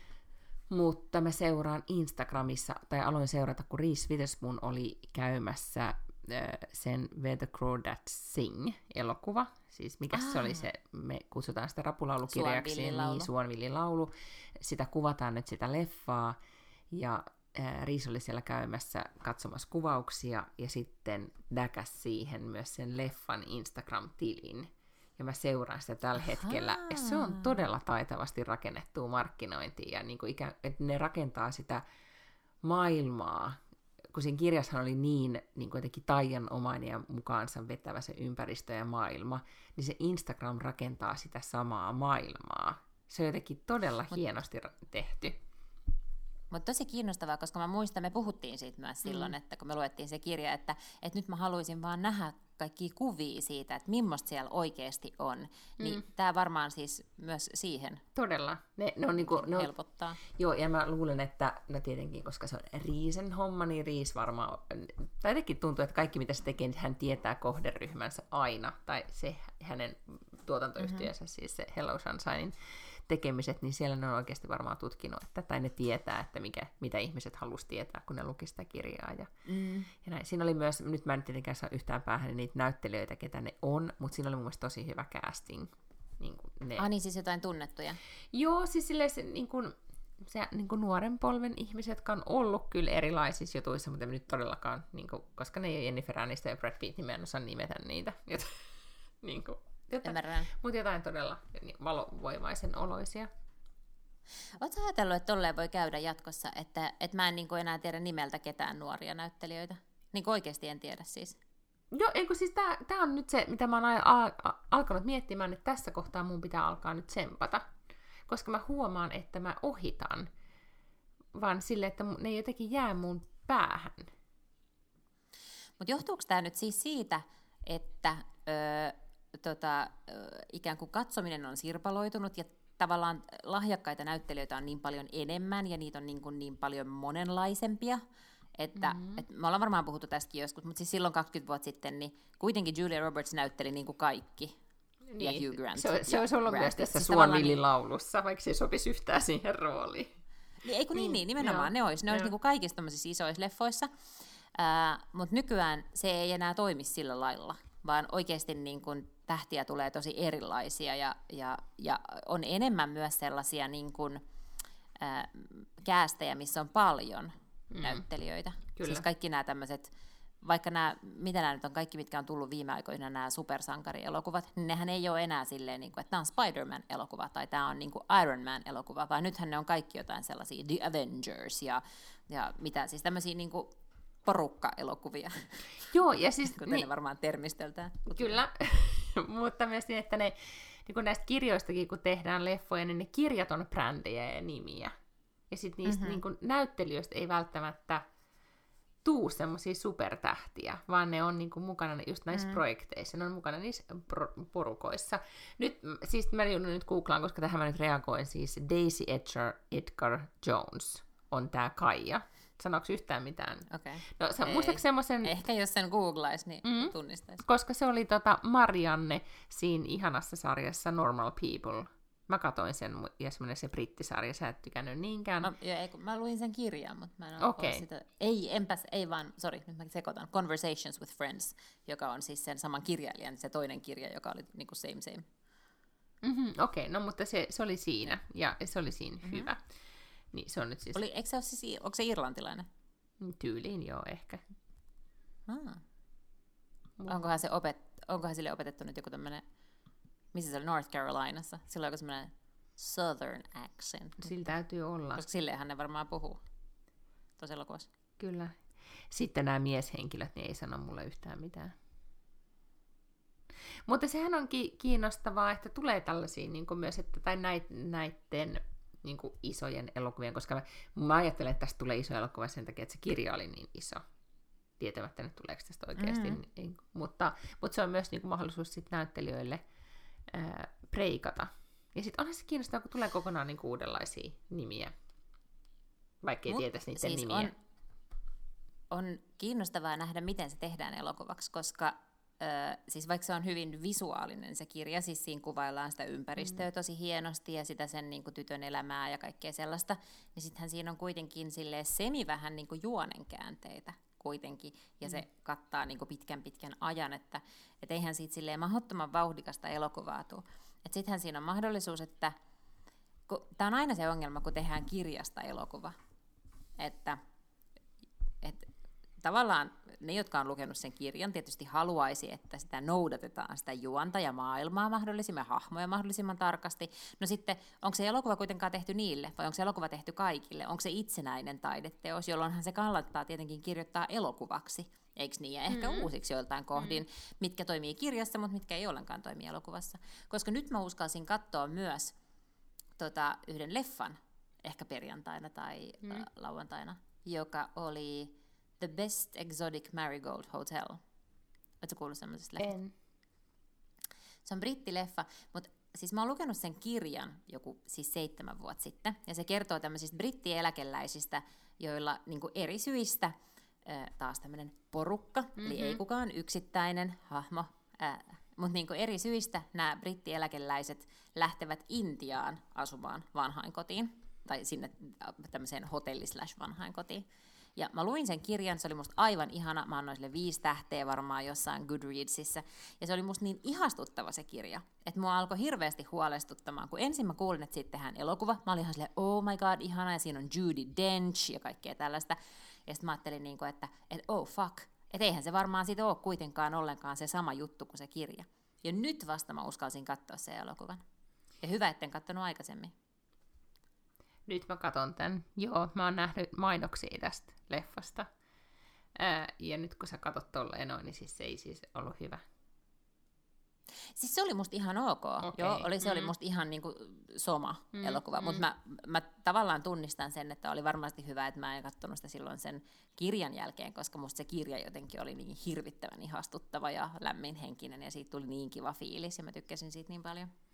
Speaker 2: mutta mä seuraan Instagramissa, tai aloin seurata, kun Reese Witherspoon oli käymässä äh, sen Where the Crawdads Sing -elokuva, siis mikä se oli se, me kutsutaan sitä rapulaulukirjaksi, niin Suonvillilaulu, sitä kuvataan nyt sitä leffaa, ja äh, Reese oli siellä käymässä katsomassa kuvauksia, ja sitten däkäs siihen myös sen leffan Instagram-tilin. Ja mä seuraan sitä tällä Ahaa. hetkellä. Ja se on todella taitavasti rakennettua markkinointia. Ja niin kuin ikään, että ne rakentaa sitä maailmaa. Kun siinä kirjassahan oli niin, niin kuin jotenkin taianomainen ja mukaansa vetävä se ympäristö ja maailma, niin se Instagram rakentaa sitä samaa maailmaa. Se on jotenkin todella Mut, hienosti tehty.
Speaker 1: Mutta tosi kiinnostavaa, koska mä muistan, me puhuttiin siitä myös silloin, mm. että kun me luettiin se kirja, että, että nyt mä haluaisin vaan nähdä kaikkia kuvia siitä, että millaista siellä oikeasti on, mm. niin tämä varmaan siis myös siihen
Speaker 2: todella. Ne, ne on niinku, ne on,
Speaker 1: helpottaa.
Speaker 2: Joo, ja mä luulen, että no tietenkin, koska se on Reesen homma, niin Reese varmaan, tai jotenkin tuntuu, että kaikki mitä se tekee, niin hän tietää kohderyhmänsä aina, tai se hänen tuotantoyhtiönsä, mm-hmm. siis se Hello Sunshinein tekemiset, niin siellä ne on oikeasti varmaan tutkinut, että, tai ne tietää, että mikä, mitä ihmiset halusi tietää, kun ne luki sitä kirjaa. Ja, mm. ja näin. Siinä oli myös, nyt mä en tietenkään saa yhtään päähän niitä näyttelijöitä, ketä ne on, mutta siinä oli mun mielestä tosi hyvä casting. Niin ne...
Speaker 1: Ah niin, siis jotain tunnettuja?
Speaker 2: Joo, siis silleen se, niin kuin, se niin kuin nuoren polven ihmiset, jotka on ollut kyllä erilaisissa jutuissa, mutta en nyt todellakaan, niin kuin, koska ne ei ole Jennifer Aniston ja Brad Pitt, niin mä en osaa nimetä niitä. Jot, niin kuin, Jotain, mutta jotain todella valovoimaisen oloisia.
Speaker 1: Oletko ajatellut, että tolleen voi käydä jatkossa, että, että mä en niin kuin enää tiedä nimeltä ketään nuoria näyttelijöitä? Niin kuin oikeasti en tiedä siis.
Speaker 2: Joo, eikö siis tää, tää on nyt se, mitä mä oon a- a- alkanut miettimään, että tässä kohtaa mun pitää alkaa nyt tsempata. Koska mä huomaan, että mä ohitan, vaan sille, että ne jotenkin jää mun päähän.
Speaker 1: Mutta johtuuko tää nyt siis siitä, että... Öö, Tota, ikään kuin katsominen on sirpaloitunut ja tavallaan lahjakkaita näyttelijöitä on niin paljon enemmän ja niitä on niin, kuin niin paljon monenlaisempia, että mm-hmm. et me ollaan varmaan puhuttu tästäkin joskus, mutta siis silloin kaksikymmentä vuotta sitten niin kuitenkin Julia Roberts näytteli niin kuin kaikki.
Speaker 2: Niin.
Speaker 1: Ja Hugh Grant.
Speaker 2: Se, se olisi ollut
Speaker 1: Grant.
Speaker 2: myös tässä
Speaker 1: siis
Speaker 2: Suonvillilaulussa, vaikka se ei sopisi yhtään siihen rooliin.
Speaker 1: Niin, ei kun niin, niin, nimenomaan, joo. ne olisi, ne olisi niin kuin kaikissa tämmöisissä isoissa leffoissa, uh, mutta nykyään se ei enää toimi sillä lailla, vaan oikeasti niin kuin tähtiä tulee tosi erilaisia ja, ja, ja on enemmän myös sellaisia niin kuin, uh, käästejä, missä on paljon mm. näyttelijöitä. Kyllä. Siis kaikki nämä tämmöiset, vaikka nämä, mitä nämä nyt on, kaikki mitkä on tullut viime aikoina, nämä supersankarielokuvat, niin nehän ei ole enää silleen, niin kuin, että tämä on Spider-Man-elokuva tai tämä on niin kuin Iron Man-elokuva, vaan nythän ne on kaikki jotain sellaisia The Avengers ja, ja mitä, siis tämmöisiä niin kuin porukka-elokuvia.
Speaker 2: Joo, ja siis...
Speaker 1: kuten
Speaker 2: niin,
Speaker 1: ne varmaan termisteltään.
Speaker 2: Kyllä, mutta myös niin, että ne, niin kuin näistä kirjoistakin, kun tehdään leffoja, niin ne kirjat on brändejä ja nimiä. Ja sitten niistä mm-hmm. niin kuin näyttelijöistä ei välttämättä tuu semmoisia supertähtiä, vaan ne on niinku mukana just näissä mm. projekteissa, ne on mukana niissä pro- porukoissa. Nyt, siis mä joudun nyt googlaan, koska tähän mä nyt reagoin, siis Daisy Edgar, Edgar Jones on tää Kaija. Sanooko yhtään mitään?
Speaker 1: Okay.
Speaker 2: No, sä, muistatko semmoisen...
Speaker 1: Ehkä jos sen googlaisi, niin mm. tunnistaisi.
Speaker 2: Koska se oli tota Marianne siinä ihanassa sarjassa Normal People. Mä katoin sen, ja semmoinen se brittisarja, sä et tykännyt niinkään.
Speaker 1: Mä, jo, ei, mä luin sen kirjan, mutta mä en ole
Speaker 2: okay.
Speaker 1: sitä... Ei, enpäs, ei vaan, sorry, nyt mä sekoitan. Conversations with Friends, joka on siis sen saman kirjailijan, se toinen kirja, joka oli niinku same same.
Speaker 2: Mm-hmm, Okei, okay, no mutta se, se oli siinä, ja se oli siinä mm-hmm. hyvä. Niin se on nyt siis...
Speaker 1: Oli, eikö se ole siis, onko se irlantilainen?
Speaker 2: Tyyliin joo, ehkä.
Speaker 1: Ah. Onkohan, se opet, onkohan sille opetettu nyt joku tämmöinen... Missä se oli? North Carolinassa. Sillä on joku semmoinen southern accent.
Speaker 2: Sillä täytyy olla.
Speaker 1: Koska silleenhän ne varmaan puhuu tuossa elokuvassa.
Speaker 2: Kyllä. Sitten nämä mieshenkilöt, niin ei sano mulle yhtään mitään. Mutta sehän on ki- kiinnostavaa, että tulee tällaisia niin kuin myös, että, tai näit, näiden niin kuin isojen elokuvien, koska mä, mä ajattelen, että tästä tulee iso elokuva sen takia, että se kirja oli niin iso. Tietämättä nyt tuleeko tästä oikeasti. Mm-hmm. Niin, mutta, mutta se on myös niin kuin mahdollisuus sit näyttelijöille ää, preikata. Ja sitten onhan se kiinnostavaa, kun tulee kokonaan niin kuin uudenlaisia nimiä, vaikka ei Mut, tietäisi niiden siis nimiä.
Speaker 1: On, on kiinnostavaa nähdä, miten se tehdään elokuvaksi, koska ö, siis vaikka se on hyvin visuaalinen se kirja, siis siinä kuvaillaan sitä ympäristöä mm. tosi hienosti ja sitä sen niin kuin tytön elämää ja kaikkea sellaista, niin sittenhän siinä on kuitenkin semi vähän niin kuin juonenkäänteitä kuitenkin, ja mm. se kattaa niin kuin pitkän pitkän ajan, että et eihän siitä silleen mahdottoman vauhdikasta elokuvaa tule. Että sittenhän siinä on mahdollisuus, että tämä on aina se ongelma, kun tehdään kirjasta elokuva, että et, tavallaan ne, jotka on lukenut sen kirjan, tietysti haluaisi, että sitä noudatetaan, sitä juonta ja maailmaa mahdollisimman, hahmoja mahdollisimman tarkasti. No sitten, onko se elokuva kuitenkaan tehty niille, vai onko se elokuva tehty kaikille? Onko se itsenäinen taideteos, jolloinhan se kannattaa tietenkin kirjoittaa elokuvaksi, eikö niin? Ja ehkä mm. uusiksi joiltain kohdin, mm. mitkä toimii kirjassa, mutta mitkä ei ollenkaan toimi elokuvassa. Koska nyt mä uskalsin katsoa myös tota, yhden leffan, ehkä perjantaina tai mm. äh, lauantaina, joka oli The Best Exotic Marigold Hotel. Oletko kuullut semmoisesta leffasta?
Speaker 2: En.
Speaker 1: Se on brittileffa, mutta siis mä oon lukenut sen kirjan joku siis seitsemän vuotta sitten, ja se kertoo tämmöisistä brittieläkeläisistä, joilla niin kuin eri syistä, äh, taas tämmöinen porukka, mm-hmm. eli ei kukaan yksittäinen hahmo, äh, mutta niin kuin eri syistä nämä brittieläkeläiset lähtevät Intiaan asumaan vanhainkotiin, tai sinne tämmöiseen hotelli-slash-vanhainkotiin. Ja mä luin sen kirjan, se oli musta aivan ihana, mä annoin sille viisi tähteä varmaan jossain Goodreadsissa, ja se oli musta niin ihastuttava se kirja, että mua alkoi hirveästi huolestuttamaan, kun ensin mä kuulin, että siitä tehdään elokuva, mä olin ihan silleen, oh my god, ihana, ja siinä on Judi Dench ja kaikkea tällaista, ja sitten mä ajattelin, niin kuin, että, että oh fuck, että eihän se varmaan siitä ole kuitenkaan ollenkaan se sama juttu kuin se kirja. Ja nyt vasta mä uskalsin katsoa sen elokuvan. Ja hyvä, etten katsonut aikaisemmin.
Speaker 2: Nyt mä katon tän. Joo, mä oon nähnyt mainoksia tästä leffasta. Ää, ja nyt kun sä katot tolleen noin, niin siis se ei siis ollut hyvä.
Speaker 1: Siis se oli musta ihan ok. Okay. Joo, oli, se mm. oli musta ihan niinku soma mm. elokuva. Mm. Mutta mä, mä tavallaan tunnistan sen, että oli varmasti hyvä, että mä en katsonut sitä silloin sen kirjan jälkeen, koska musta se kirja jotenkin oli niin hirvittävän ihastuttava ja lämminhenkinen, ja siitä tuli niin kiva fiilis, ja mä tykkäsin siitä niin paljon.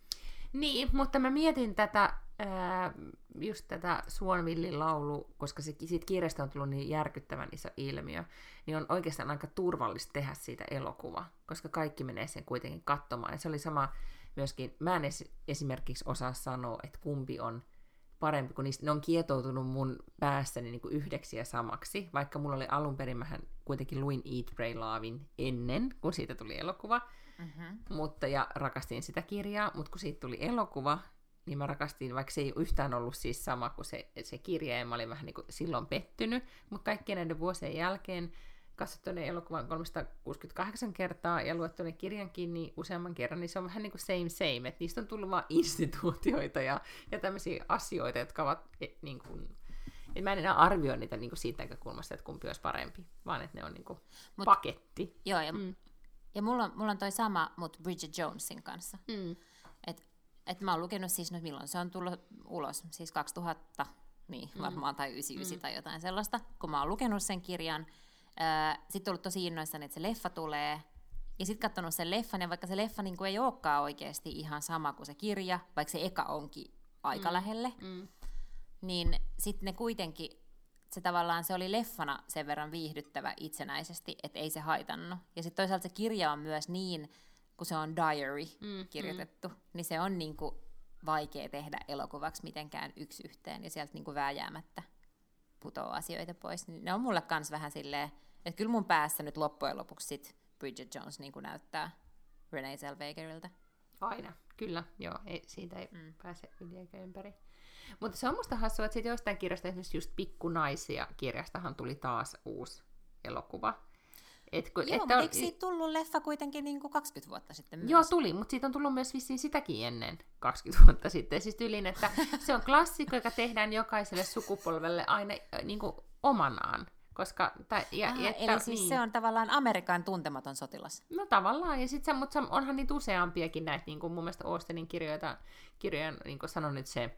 Speaker 2: Niin, mutta mä mietin tätä, ää, just tätä Suonvillin laulu, koska se, siitä kirjasta on tullut niin järkyttävän iso ilmiö, niin on oikeastaan aika turvallista tehdä siitä elokuva, koska kaikki menee sen kuitenkin katsomaan. Ja se oli sama myöskin, mä en es, esimerkiksi osaa sanoa, että kumpi on parempi, kun niistä, ne on kietoutunut mun päässäni niin kuin yhdeksi ja samaksi, vaikka mulla oli alun perin, mähän kuitenkin luin Eat, Pray, Lovein ennen, kun siitä tuli elokuva, mm-hmm. mutta, ja rakastin sitä kirjaa, mutta kun siitä tuli elokuva, niin mä rakastin, vaikka se ei yhtään ollut siis sama kuin se, se kirja, ja mä olin vähän niin kuin silloin pettynyt, mutta kaikkien näiden vuosien jälkeen katsottuinen elokuvan kolmesataakuusikymmentäkahdeksan kertaa ja luettuinen kirjankin niin useamman kerran, niin se on vähän niin kuin same same, että niistä on tullut vaan instituutioita ja, ja tämmöisiä asioita, jotka ovat, et, niin kuin, et mä en enää arvioi niitä niin kuin siitä näkökulmasta, että kumpi olisi parempi, vaan että ne on niin kuin Mut, paketti.
Speaker 1: Joo, ja, mm. ja mulla, on, mulla on toi sama, mutta Bridget Jonesin kanssa. Mm. Että et mä oon lukenut siis, no milloin se on tullut ulos, siis kaksituhatta, niin varmaan, mm. tai yhdeksänkymmentäyhdeksän mm. tai jotain sellaista, kun mä oon lukenut sen kirjan. Sitten ollut tosi innoissani, että se leffa tulee, ja sitten katsonut sen leffan, ja vaikka se leffa niin kuin ei olekaan oikeasti ihan sama kuin se kirja, vaikka se eka onkin aika mm. lähelle, mm. niin sitten ne kuitenkin, se tavallaan se oli leffana sen verran viihdyttävä itsenäisesti, että ei se haitannut. Ja sitten toisaalta se kirja on myös niin, kun se on diary mm. kirjoitettu, mm. niin se on niin kuin vaikea tehdä elokuvaksi mitenkään yksi yhteen, ja sieltä niin kuin vääjäämättä putoaa asioita pois. Ne on mulle kans vähän silleen, että kyllä mun päässä nyt loppujen lopuksi sit Bridget Jones niin kuin näyttää Renee Zellwegeriltä.
Speaker 2: Aina, kyllä, joo, ei, siitä ei mm. pääse yli eikä ympäri. Mutta se on musta hassua, että sit jostain kirjasta, esimerkiksi just Pikkunaisia kirjastahan tuli taas uusi elokuva. Et kun,
Speaker 1: joo, mutta on, eikö siitä tullut leffa kuitenkin niin kuin kaksikymmentä vuotta sitten myös?
Speaker 2: Joo, tuli, mutta siitä on tullut myös vissiin sitäkin ennen kaksikymmentä vuotta sitten. Siis tyylin, että se on klassikko, joka tehdään jokaiselle sukupolvelle aina niin kuin omanaan. Koska, tai, ja,
Speaker 1: ah,
Speaker 2: että,
Speaker 1: eli siis
Speaker 2: niin.
Speaker 1: se on tavallaan Amerikan tuntematon sotilas.
Speaker 2: No tavallaan, ja sitten mutta onhan niitä useampiakin näitä, niin kuin mun mielestä Austenin kirjoja, kirjoja niin kuin sanon nyt se,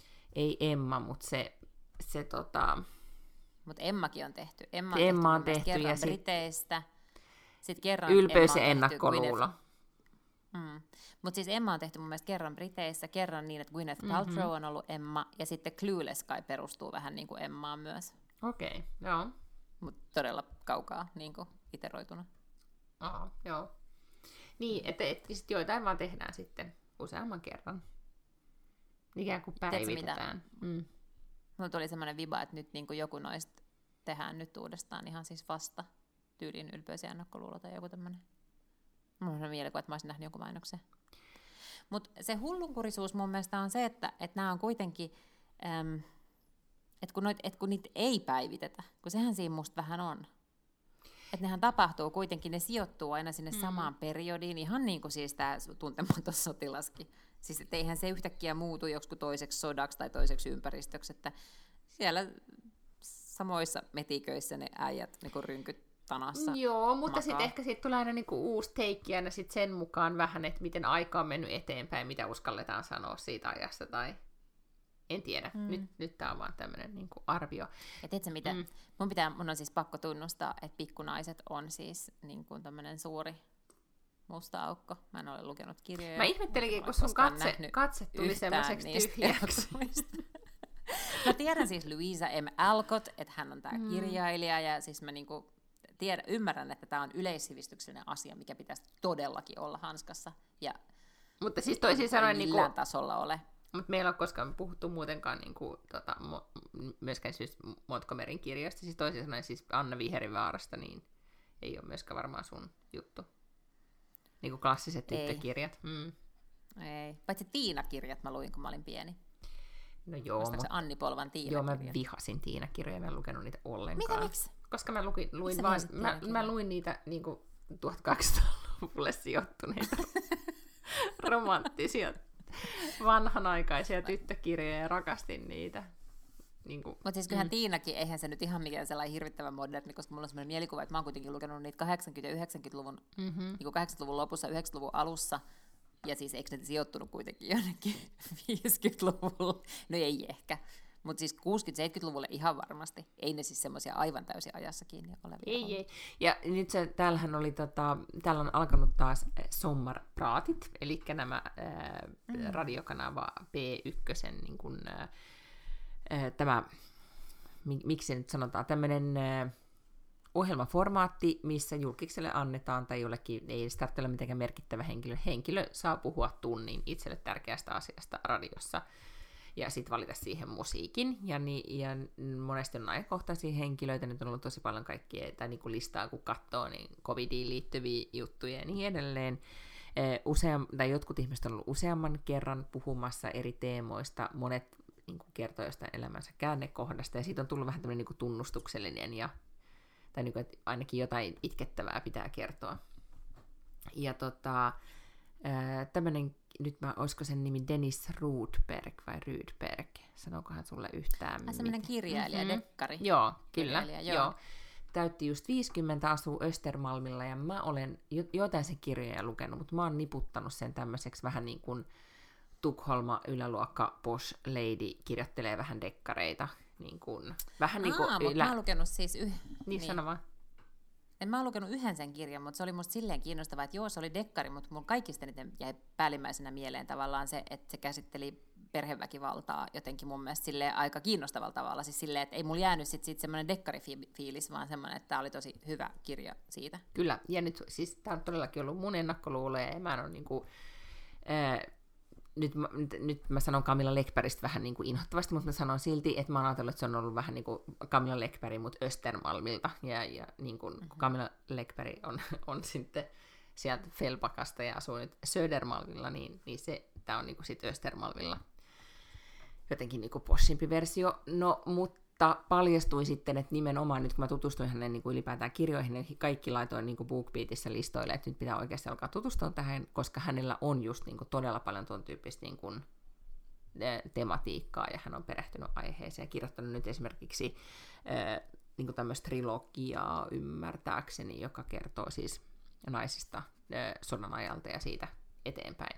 Speaker 2: ei Emma, mutta se, se tota...
Speaker 1: Mutta Emmakin on tehty. Emma on
Speaker 2: Emma
Speaker 1: tehty,
Speaker 2: on tehty
Speaker 1: kerran
Speaker 2: ja sit...
Speaker 1: Briteistä. Sitten kerran
Speaker 2: Ylpeys ja ennakkoluulo.
Speaker 1: Mm. Mutta siis Emma on tehty mun mielestä kerran Briteissä, kerran niin, että Gwyneth Paltrow mm-hmm. on ollut Emma, ja sitten Clueless kai perustuu vähän niin kuin Emmaan myös.
Speaker 2: Okei, okay, joo.
Speaker 1: Mutta todella kaukaa niin kuin iteroituna.
Speaker 2: Aha, joo. Niin, että et, sit joitain vaan tehdään sitten useamman kerran. Ikään kuin päivitetään. Mm.
Speaker 1: Mulla tuli semmoinen viba, että nyt niin kuin joku noista tehdään nyt uudestaan ihan siis vasta tyylin Ylpeys ja ennakkoluulo tai joku tämmöinen. Mulla on mielikuva, että mä olisin nähnyt jonkun mainoksen. Mutta se hullunkurisuus mun mielestä on se, että, että nämä on kuitenkin, äm, että kun, noit, että kun niitä ei päivitetä, kun sehän siinä musta vähän on. Että nehän tapahtuu kuitenkin, ne sijoittuu aina sinne mm. samaan periodiin, ihan niin kuin siis tämä tuntematon sotilaskin. Siis että eihän se yhtäkkiä muutu joksikin toiseksi sodaksi tai toiseksi ympäristöksi, että siellä samoissa metiköissä ne äijät niin kuin rynkyt tanassa.
Speaker 2: Joo, mutta sitten ehkä siitä tulee aina niinku uusi teikki aina sit sen mukaan vähän, että miten aika on mennyt eteenpäin, mitä uskalletaan sanoa siitä ajasta tai en tiedä. Mm. Nyt, nyt tää on vaan tämmöinen niinku arvio.
Speaker 1: Ja tiedätkö mitä? Mm. Mun, pitää, mun on siis pakko tunnustaa, että Pikkunaiset on siis niinku tämmöinen suuri musta aukko. Mä en ole lukenut kirjoja.
Speaker 2: Mä ihmettelinkin, kun sun katse, katse tuli semmoiseksi tyhjäksi.
Speaker 1: Mä tiedän siis Louisa M. Alcott, että hän on tää mm. kirjailija, ja siis mä niinku tiedän, ymmärrän, että tää on yleissivistyksellinen asia, mikä pitäisi todellakin olla hanskassa. Ja
Speaker 2: mutta siis toisin sanoen
Speaker 1: ei millään niinku, tasolla ole.
Speaker 2: Mutta meillä ei ole koskaan puhuttu muutenkaan niinku, tota, mo, myöskään siis Montgomeryn kirjasta. Siis toisin sanoen siis Anna Viherivaarasta, niin ei ole myöskään varmaan sun juttu. Niinku klassiset tyttökirjat. Mm.
Speaker 1: Ei. Paitsi Tiina-kirjat mä luin, kun mä olin pieni.
Speaker 2: No joo.
Speaker 1: Mut... se Anni Polvan Tiina-kirjat?
Speaker 2: Joo, mä vihasin Tiina-kirjoja, mä en lukenut niitä ollenkaan.
Speaker 1: Mitä, miksi?
Speaker 2: Koska mä, luki, luin vaan, mä, mä luin niitä niinku tuhatkahdeksansataaluvulle sijoittuneita romanttisia, vanhanaikaisia tyttökirjoja ja rakastin niitä. Niin
Speaker 1: mutta siis kyllähän mm. Tiinakin, eihän se nyt ihan mikään sellainen hirvittävän moderni, koska mulla on sellainen mielikuva, että mä oon kuitenkin lukenut niitä kahdeksankymmentä- ja yhdeksänkymmentäluvun, mm-hmm. niin kuin kahdeksankymmentäluvun lopussa, yhdeksänkymmentäluvun alussa, ja siis eikö ne sijoittunut kuitenkin jonnekin viisikymmentäluvulla? No ei ehkä. Mutta siis kuusikymmentä-seitsemänkymmentäluvulle ihan varmasti. Ei ne siis semmoisia aivan täysin ajassa kiinni olevia.
Speaker 2: Ei,
Speaker 1: ollut.
Speaker 2: ei. Ja nyt se, täällähän oli, tota, täällä on alkanut taas sommarpraatit, eli nämä ää, mm. radiokanava P yksi, niin kun, ää, tämä, miksi se nyt sanotaan, tämmöinen ää, ohjelmaformaatti, missä julkikselle annetaan, tai jollekin, ei edes tarvitse olla mitenkään merkittävä henkilö, henkilö saa puhua tunnin itselle tärkeästä asiasta radiossa, ja sitten valita siihen musiikin, ja, niin, ja monesti on ajankohtaisia henkilöitä, nyt on ollut tosi paljon kaikkia, tai niin kuin listaa kun katsoo, niin covidiin liittyviä juttuja ja niin edelleen. Useam, tai jotkut ihmiset on ollut useamman kerran puhumassa eri teemoista, monet niin kuin kertoo jostain elämänsä käännekohdasta, ja siitä on tullut vähän tämmöinen niin kuin tunnustuksellinen, ja, tai niin kuin, että ainakin jotain itkettävää pitää kertoa. Ja tota, tämmöinen, nyt mä, olisiko sen nimi Dennis Rudberg vai Rydberg, sanokohan sulle yhtään?
Speaker 1: Ai semmoinen kirjailija, mm-hmm. dekkari.
Speaker 2: Joo, kyllä, joo.
Speaker 1: joo.
Speaker 2: Täytti just viisikymmentä, asuu Östermalmilla, ja mä olen jo, jotain sen kirjoja lukenut, mutta mä oon niputtanut sen tämmöiseksi vähän niin kuin Tukholma yläluokka posh lady kirjoittelee vähän dekkareita. Niin kuin, vähän
Speaker 1: Aa,
Speaker 2: niin kuin
Speaker 1: mutta
Speaker 2: ylä...
Speaker 1: mä oon lukenut siis... Yh...
Speaker 2: Niin,
Speaker 1: niin.
Speaker 2: sano vaan.
Speaker 1: En mä oon lukenut yhden sen kirjan, mutta se oli musta silleen kiinnostavaa, että joo, se oli dekkari, mutta mun kaikista eniten jäi päällimmäisenä mieleen tavallaan se, että se käsitteli perheväkivaltaa jotenkin mun mielestä silleen aika kiinnostavalla tavalla. Siis silleen, että ei mulla jäänyt sit siitä semmoinen dekkarifiilis, vaan semmoinen, että tää oli tosi hyvä kirja siitä.
Speaker 2: Kyllä, ja nyt siis tää on todellakin ollut mun ennakkoluuloja, ja mä en ole niinku... Ää, Nyt mä, nyt mä sanon Camilla Läckbergistä vähän niin kuin inhottavasti, mutta mä sanon silti, että mä oon ajatellut, että se on ollut vähän niin kuin Camilla Läckberg, mutta Östermalmilta. Ja, ja niin kuin, kun Camilla Läckberg on, on sitten sieltä Felbakasta ja asuu nyt Södermalmilla, niin, niin se, tää on niin kuin sitten Östermalmilla jotenkin niin kuin poshimpi versio. No, mutta paljastui sitten, että nimenomaan nyt kun mä tutustuin hänen niin kuin ylipäätään kirjoihin, niin kaikki laitoin niin kuin BookBeatissä listoille, että nyt pitää oikeasti alkaa tutustua tähän, koska hänellä on just niin kuin todella paljon tuon tyyppistä niin kuin tematiikkaa, ja hän on perehtynyt aiheeseen ja kirjoittanut nyt esimerkiksi äh, niin kuin tämmöistä trilogiaa ymmärtääkseni, joka kertoo siis naisista äh, sodan ajalta ja siitä eteenpäin.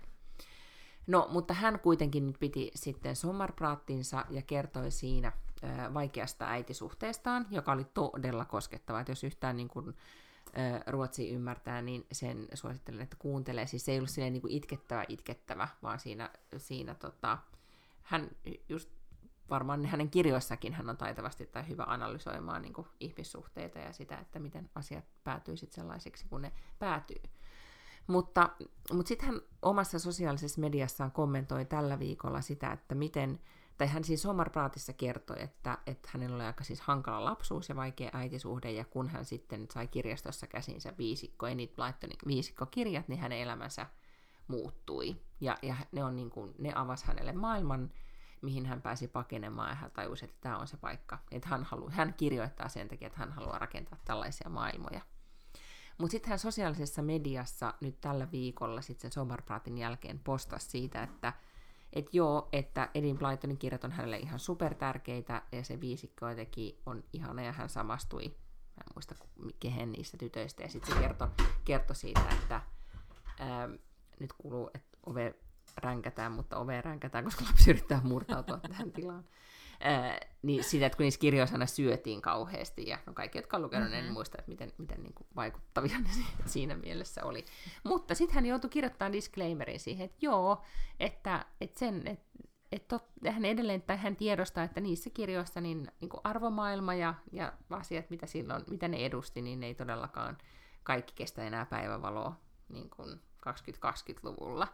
Speaker 2: No, mutta hän kuitenkin nyt piti sitten sommarpraattinsa ja kertoi siinä äh, vaikeasta äitisuhteestaan, joka oli todella koskettava. Että jos yhtään niin kuin, äh, ruotsia ymmärtää, niin sen suosittelen, että kuuntelee. Siis se ei ollut silleen niin kuin itkettävä itkettävä, vaan siinä, siinä tota, hän just varmaan hänen kirjoissakin hän on taitavasti tai hyvä analysoimaan niin kuin ihmissuhteita ja sitä, että miten asiat päätyy sitten sellaisiksi, kun ne päätyy. Mutta, mutta sitten hän omassa sosiaalisessa mediassaan kommentoi tällä viikolla sitä, että miten, tai hän siis sommarpraatissa kertoi, että, että hänellä oli aika siis hankala lapsuus ja vaikea äitisuhde, ja kun hän sitten sai kirjastossa käsinsä viisikko, Enid Blytonin viisikkokirjat, niin hänen elämänsä muuttui. Ja, ja ne, on niin kuin, ne avasi hänelle maailman, mihin hän pääsi pakenemaan, ja hän tajusi, että tämä on se paikka. Että hän, halu, hän kirjoittaa sen takia, että hän haluaa rakentaa tällaisia maailmoja. Mutta sitten hän sosiaalisessa mediassa nyt tällä viikolla sitten sen sommarpraatin jälkeen postasi siitä, että et joo, että Enid Blytonin kirjat on hänelle ihan supertärkeitä, ja se viisikko jotenkin on ihana, ja hän samastui, mä en muista kehen niistä tytöistä, ja sitten se kertoi kerto siitä, että ää, nyt kuuluu, että ove ränkätään, mutta ove ränkätään, koska lapsi yrittää murtautua tähän tilaan. Ää, niin siitä, että kun niissä kirjoissa aina syötiin kauheasti, ja no kaikki, jotka on lukenut, mm-hmm. en muista, että miten, miten niin kuin vaikuttavia ne siinä mielessä oli. Mutta sitten hän joutui kirjoittamaan disclaimerin siihen, että joo, että, että sen, että, että hän edelleen, tai hän tiedostaa, että niissä kirjoissa niin, niin kuin arvomaailma ja, ja asiat, mitä silloin, mitä ne edusti, niin ne ei todellakaan kaikki kestä enää päivävaloa niin kuin kaksituhattakaksikymmentäluvulla.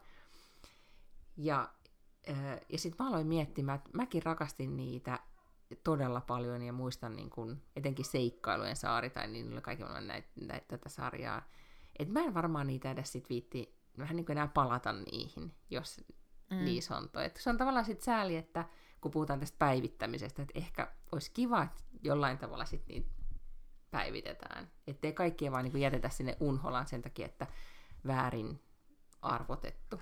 Speaker 2: Ja Ja sitten mä aloin miettimään, että mäkin rakastin niitä todella paljon, ja muistan niin kun, etenkin Seikkailujen saari, tai niin oli kaikilla näitä, näitä, tätä sarjaa. Että mä en varmaan niitä edes sit viitti vähän niin kuin enää palata niihin, jos mm. niissä on toi. Et se on tavallaan sitten sääli, että kun puhutaan tästä päivittämisestä, että ehkä olisi kiva, että jollain tavalla sitten niitä päivitetään. Että ei kaikkia vaan niin kuin jätetä sinne unholaan sen takia, että väärin arvotettu.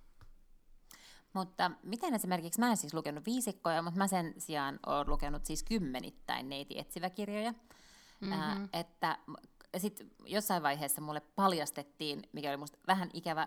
Speaker 1: Mutta miten esimerkiksi, mä en siis lukenut viisikkoja, mutta mä sen sijaan olen lukenut siis kymmenittäin neiti etsiväkirjoja. Mm-hmm. Äh, että sitten jossain vaiheessa mulle paljastettiin, mikä oli musta vähän ikävä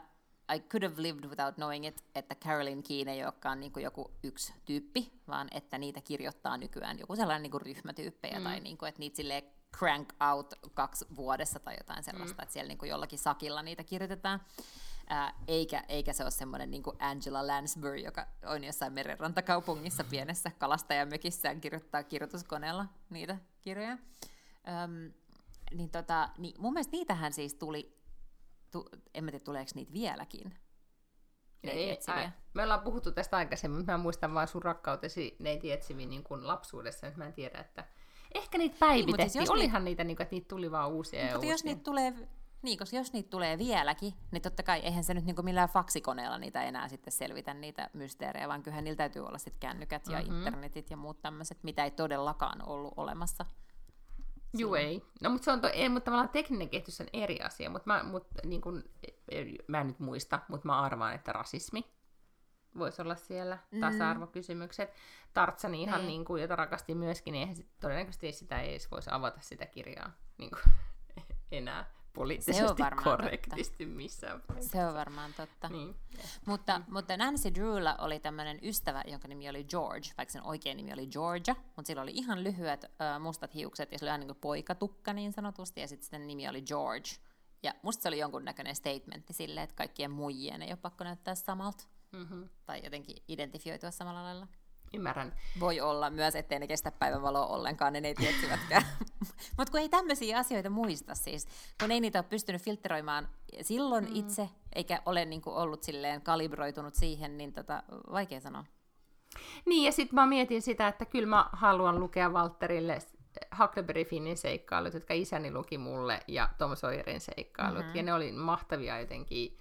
Speaker 1: I could have lived without knowing it, että Caroline Keene ei olekaan niin kuin joku yksi tyyppi, vaan että niitä kirjoittaa nykyään joku sellainen niin kuin ryhmätyyppejä, mm. tai niin kuin, että niitä silleen crank out kaksi vuodessa tai jotain sellaista, mm. että siellä niin kuin jollakin sakilla niitä kirjoitetaan. Ää, eikä, eikä se ole semmoinen niin kuin Angela Lansbury, joka on jossain merenrantakaupungissa pienessä kalastajamökissään kirjoittaa kirjoituskoneella niitä kirjoja. Öm, niin tota, niin mun mielestä niitähän siis tuli, tu, en mä tiedä tuleeko niitä vieläkin.
Speaker 2: Ei, ää, me ollaan puhuttu tästä aikaisemmin, mutta mä muistan vaan sun rakkautesi neiti etsiviin niin kuin lapsuudessa, nyt mä en tiedä, että ehkä niitä päivitettiin, niin, siis olihan niitä, niitä, että niitä tuli vaan uusia ja
Speaker 1: mutta
Speaker 2: uusia.
Speaker 1: Jos niitä tulee... Niin, koska jos niitä tulee vieläkin, niin totta kai eihän se nyt niin kuin millään faksikoneella niitä enää sitten selvitä niitä mysteerejä, vaan kyllähän niillä täytyy olla sitten kännykät ja mm-hmm. internetit ja muut tämmöiset, mitä ei todellakaan ollut olemassa.
Speaker 2: Juu, ei. No, mutta se on to, ei, mutta tavallaan tekninen kehitys on eri asia, mutta mä, mut, niin kun, mä en nyt muista, mutta mä arvaan, että rasismi voisi olla siellä, mm. tasa-arvokysymykset. Tarzani ihan, niin kuin, jota rakastin myöskin, niin eihän sit, todennäköisesti sitä ei edes voisi avata sitä kirjaa niin kuin, enää. Poliittisesti korrektisti totta. Missään paikassa.
Speaker 1: Se on varmaan totta.
Speaker 2: Niin.
Speaker 1: Mutta, mutta Nancy Drewlla oli tämmöinen ystävä, jonka nimi oli George, vaikka sen oikein nimi oli Georgia, mutta sillä oli ihan lyhyet äh, mustat hiukset ja se oli ihan niin kuin poikatukka niin sanotusti, ja sitten sen nimi oli George. Ja musta se oli jonkunnäköinen statementti silleen, että kaikkien muijien ei ole pakko näyttää samalta. Mm-hmm. Tai jotenkin identifioitua samalla lailla.
Speaker 2: Ymmärrän.
Speaker 1: Voi olla myös, ettei ne kestä päivänvaloa ollenkaan, ne ei tietyvätkään. Mutta kun ei tämmöisiä asioita muista siis, kun ei niitä ole pystynyt filtteroimaan silloin mm. itse, eikä ole niinku ollut silleen kalibroitunut siihen, niin tota, vaikea sanoa.
Speaker 2: Niin, ja sitten mä mietin sitä, että kyllä mä haluan lukea Walterille Huckleberry Finnin seikkailut, jotka isäni luki mulle, ja Tom Sawyerin seikkailut, mm-hmm. ja ne oli mahtavia jotenkin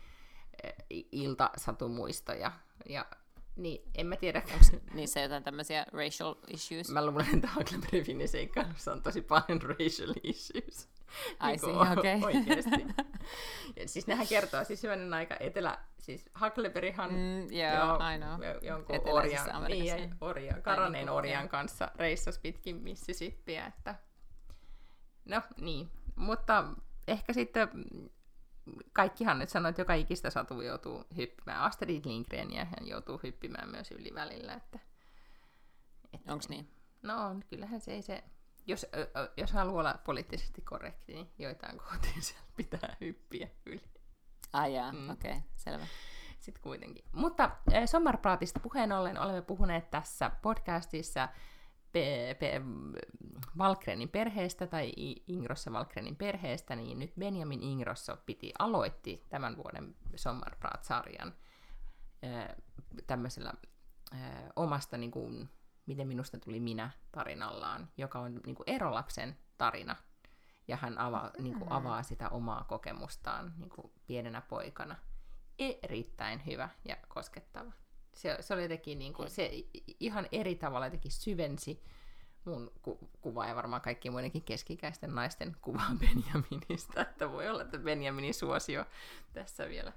Speaker 2: iltasatumuistoja, ja niin, en mä tiedä.
Speaker 1: Onko niissä jotain tämmöisiä racial issues?
Speaker 2: Mä luulen, että Huckleberry Finnin seikkailussa on tosi paljon racial issues.
Speaker 1: I see, okei. Okay.
Speaker 2: Oikeasti. Ja siis nehän kertoo, siis hyvänen aika etelä, siis Huckleberryhan
Speaker 1: mm, yeah,
Speaker 2: jo,
Speaker 1: I know.
Speaker 2: jonkun orjan, niin, orjan, karaneen orjan kanssa reissasi pitkin Mississippiä, että no niin, mutta ehkä sitten kaikkihan nyt sanoo, että joka ikistä satu joutuu hyppimään. Astrid Lindgreniä hän joutuu hyppimään myös yli välillä. Että, että,
Speaker 1: onks niin?
Speaker 2: No kyllähän se ei se, jos, jos haluaa olla poliittisesti korrekti, niin joitain kohtia siellä pitää hyppiä yli.
Speaker 1: Ai jaa, mm. okei, okay, selvä.
Speaker 2: Sitten kuitenkin. Mutta Sommarpraatista puheen ollen olemme puhuneet tässä podcastissa Pe- Pe- Wahlgrenin perheestä tai Ingrosso Wahlgrenin perheestä, niin nyt Benjamin Ingrosso piti aloitti tämän vuoden Sommarprat-sarjan äh, tämmöisellä äh, omasta, niin kuin, miten minusta tuli minä tarinallaan, joka on niin kuin erolapsen tarina, ja hän avaa, mm. niin kuin avaa sitä omaa kokemustaan niin kuin pienenä poikana. Erittäin hyvä ja koskettava. Se, se oli jotenkin niin kuin, se ihan eri tavalla jotenkin syvensi mun ku- kuvaa ja varmaan kaikkien muidenkin keski-ikäisten naisten kuvaa Benjaminista, että voi olla, että Benjaminin suosio tässä vielä.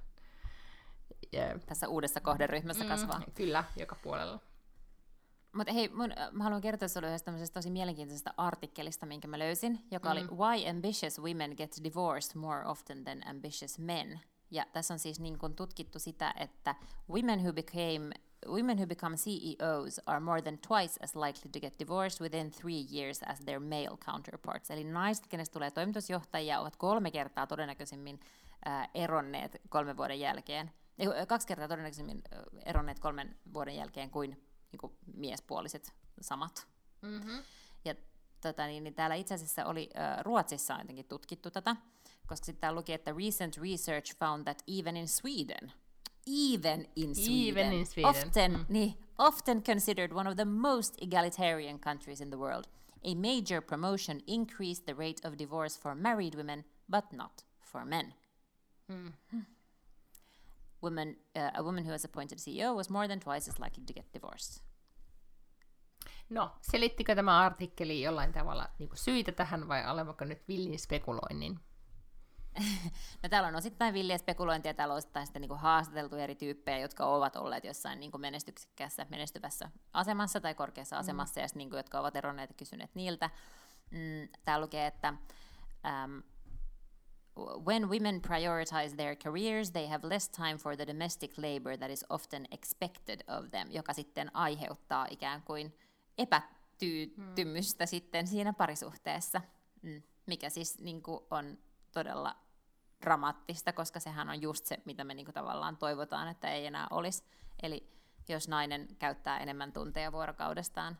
Speaker 2: Yeah.
Speaker 1: Tässä uudessa kohderyhmässä kasvaa.
Speaker 2: Mm, kyllä, joka puolella.
Speaker 1: Mutta hei, mun, mä haluan kertoa sinulle yhdestä tämmöisestä tosi mielenkiintoisesta artikkelista, minkä mä löysin, joka mm. oli Why Ambitious Women Get Divorced More Often Than Ambitious Men. Ja tässä on siis niin kuin tutkittu sitä, että women who became women who become C E Os are more than twice as likely to get divorced within three years as their male counterparts. Eli naiset, kenestä tulee toimitusjohtajia, ovat kolme kertaa todennäköisimmin äh, eronneet kolmen vuoden jälkeen, äh, kaksi kertaa todennäköisimmin äh, eronneet kolmen vuoden jälkeen kuin, niin kuin miespuoliset samat. Mm-hmm. Ja tota, niin, niin täällä itse asiassa oli äh, Ruotsissa on jotenkin tutkittu tätä, koska sitten täällä luki, että recent research found that even in Sweden, even in Sweden,
Speaker 2: even in Sweden.
Speaker 1: Often,
Speaker 2: mm.
Speaker 1: niin, often considered one of the most egalitarian countries in the world, a major promotion increased the rate of divorce for married women, but not for men. Mm. Hmm. Women, uh, a woman who was appointed C E O was more than twice as likely to get divorced.
Speaker 2: No, selittikö tämä artikkeli jollain tavalla niin kuin syitä tähän vai olemmeko nyt villin spekuloinnin?
Speaker 1: No, täällä on osittain villiä spekulointia, täällä on osittain sitten niin kuin haastateltu eri tyyppejä, jotka ovat olleet jossain niin kuin menestyksekkäässä, menestyvässä asemassa tai korkeassa mm. asemassa, ja sitten, niin kuin, jotka ovat eronneet ja kysyneet niiltä. Mm, täällä lukee, että um, when women prioritize their careers, they have less time for the domestic labor that is often expected of them, joka sitten aiheuttaa ikään kuin epätyytymystä mm. sitten siinä parisuhteessa, mm. mikä siis niin kuin on todella dramaattista, koska sehän on just se, mitä me niin kuin tavallaan toivotaan, että ei enää olisi. Eli jos nainen käyttää enemmän tunteja vuorokaudestaan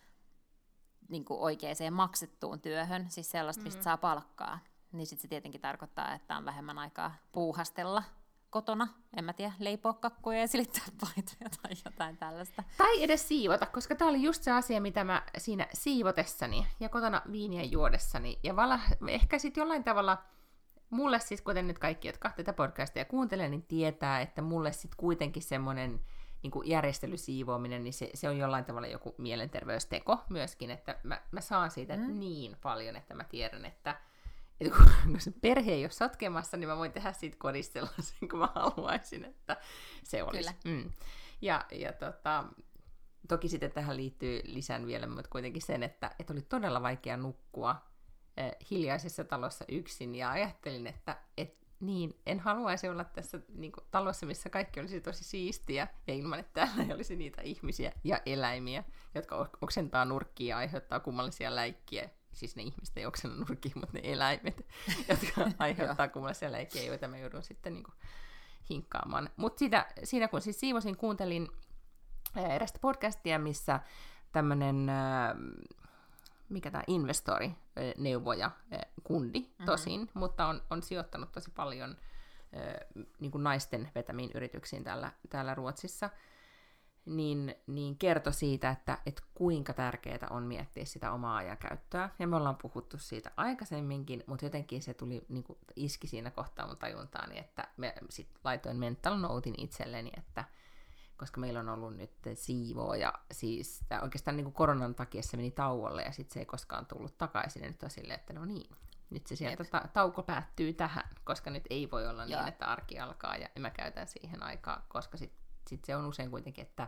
Speaker 1: niin kuin oikeaan maksettuun työhön, siis sellaista, mistä mm. saa palkkaa, niin sitten se tietenkin tarkoittaa, että on vähemmän aikaa puuhastella kotona, en mä tiedä, leipoa kakkuja ja silittää paitoja tai jotain tällaista.
Speaker 2: Tai edes siivota, koska tämä oli just se asia, mitä mä siinä siivotessani ja kotona viiniä juodessani, ja vala, ehkä sitten jollain tavalla, mulle siis, kuten nyt kaikki, jotka tätä podcastia kuuntelee, niin tietää, että mulle sitten kuitenkin semmoinen niin kuin järjestelysiivoaminen, niin se, se on jollain tavalla joku mielenterveysteko myöskin, että mä, mä saan siitä mm. niin paljon, että mä tiedän, että, että kun se perhe ei ole sotkemassa, niin mä voin tehdä siitä kodissa sellaisen, kun mä haluaisin, että se olisi. Mm. Ja, ja tota, toki sitten tähän liittyy lisän vielä, mutta kuitenkin sen, että, että oli todella vaikea nukkua eh, hiljaisessa talossa yksin, ja ajattelin, että et, niin, en haluaisi olla tässä niin kuin, talossa, missä kaikki olisi tosi siistiä, ja ilman, että täällä ei olisi niitä ihmisiä ja eläimiä, jotka oksentaa nurkkia ja aiheuttaa kummallisia läikkiä. Siis ne ihmiset ei oksenna nurkkia, mutta ne eläimet, jotka aiheuttaa kummallisia läikkiä, joita mä joudun sitten niin kuin, hinkkaamaan. Mutta siinä kun siis siivosin, kuuntelin ää, erästä podcastia, missä tämmöinen, mikä tämä investori, ää, neuvoja, ää, kundi tosin, mm-hmm. mutta on, on sijoittanut tosi paljon ää, niin kuin naisten vetämiin yrityksiin täällä, täällä Ruotsissa, niin, niin kertoi siitä, että, että kuinka tärkeää on miettiä sitä omaa ajankäyttöä. Ja me ollaan puhuttu siitä aikaisemminkin, mutta jotenkin se tuli, niin kuin iski siinä kohtaa mun tajuntaani, että me sit laitoin mental notein itselleni, että koska meillä on ollut nyt siivooja, siis oikeastaan niin kuin koronan takia se meni tauolle ja sitten se ei koskaan tullut takaisin. Ja nyt on silleen, että no niin, nyt se sieltä ta- tauko päättyy tähän, koska nyt ei voi olla Joo. niin, että arki alkaa ja mä käytän siihen aikaa, koska sitten sit se on usein kuitenkin, että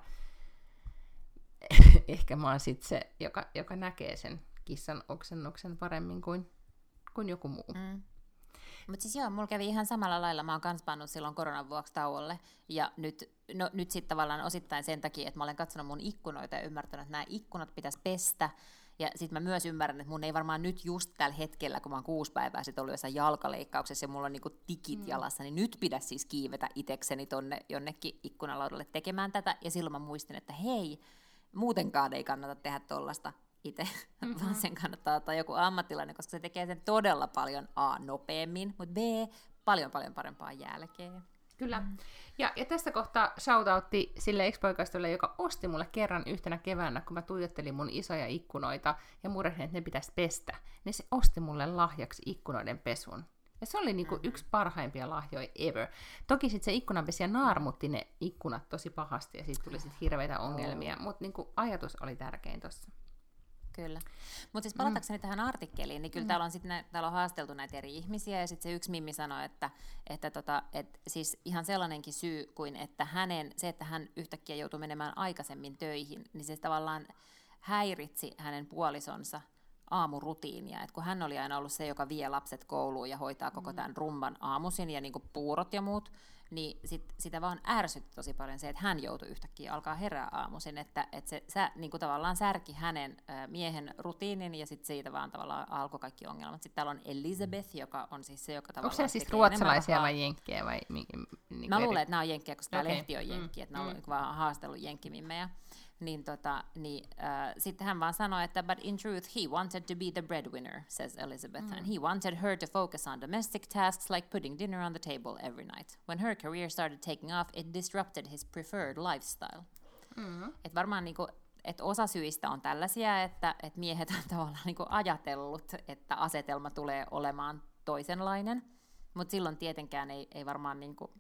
Speaker 2: ehkä mä oon sitten se, joka, joka näkee sen kissan oksennuksen paremmin kuin, kuin joku muu. Mm.
Speaker 1: Mutta siis joo, mulla kävi ihan samalla lailla. Mä oon kans pannut silloin koronan vuoksi tauolle. Ja nyt, no, nyt sitten tavallaan osittain sen takia, että mä olen katsonut mun ikkunoita ja ymmärtänyt, että nämä ikkunat pitäisi pestä. Ja sitten mä myös ymmärrän, että mun ei varmaan nyt just tällä hetkellä, kun mä oon kuusi päivää sitten ollut jossain jalkaleikkauksessa ja mulla on niinku tikit mm. jalassa, niin nyt pitäisi siis kiivetä itekseni tonne jonnekin ikkunalaudalle tekemään tätä. Ja silloin mä muistin, että hei, muutenkaan ei kannata tehdä tollasta itse, mm-hmm. vaan sen kannattaa ottaa joku ammattilainen, koska se tekee sen todella paljon A, nopeammin, mutta B, paljon paljon parempaa jälkeen.
Speaker 2: Kyllä. Mm. Ja, ja tässä kohtaa shoutoutti sille ex-poikaistolle, joka osti mulle kerran yhtenä keväänä, kun mä tuijottelin mun isoja ikkunoita ja murehdin, että ne pitäisi pestä, niin se osti mulle lahjaksi ikkunoiden pesun. Ja se oli niinku mm-hmm. yksi parhaimpia lahjoja ever. Toki sitten se ikkunanpesijä naarmutti ne ikkunat tosi pahasti ja siitä tuli sitten hirveitä ongelmia, oh. mutta niinku ajatus oli tärkein tossa.
Speaker 1: Kyllä. Mutta siis palatakseni mm. tähän artikkeliin, niin kyllä mm. täällä, on sit nä- täällä on haasteltu näitä eri ihmisiä, ja sitten se yksi Mimmi sanoi, että, että tota, et siis ihan sellainenkin syy kuin, että hänen, se, että hän yhtäkkiä joutui menemään aikaisemmin töihin, niin se tavallaan häiritsi hänen puolisonsa aamurutiinia, että kun hän oli aina ollut se, joka vie lapset kouluun ja hoitaa koko tämän rumban aamuisin ja niin kuin puurot ja muut, niin sit, sitä vaan ärsytti tosi paljon se, että hän joutui yhtäkkiä alkaa herää aamuisin, että, että se sä, niin kuin tavallaan särki hänen ä, miehen rutiinin ja sitten siitä vaan tavallaan alkoi kaikki ongelmat. Sitten täällä on Elizabeth, joka on siis se, joka tavallaan
Speaker 2: onko se siis ruotsalaisia vai jenkkejä? Vai, mi,
Speaker 1: mi, Mä luulen, että nämä on jenkkejä, koska okay. tämä lehti on jenkki, mm. että nämä on mm. vaan haastellut jenkkimimmejä. Niin, tota, niin äh, sitten hän vaan sanoi, että but in truth he wanted to be the breadwinner, says Elizabeth, mm. and he wanted her to focus on domestic tasks like putting dinner on the table every night. When her career started taking off, it disrupted his preferred lifestyle. Mm. Et varmaan niinku, et osa syistä on tällaisia, että et miehet on tavallaan niinku ajatellut, että asetelma tulee olemaan toisenlainen, mutta silloin tietenkään ei, ei varmaan niinku,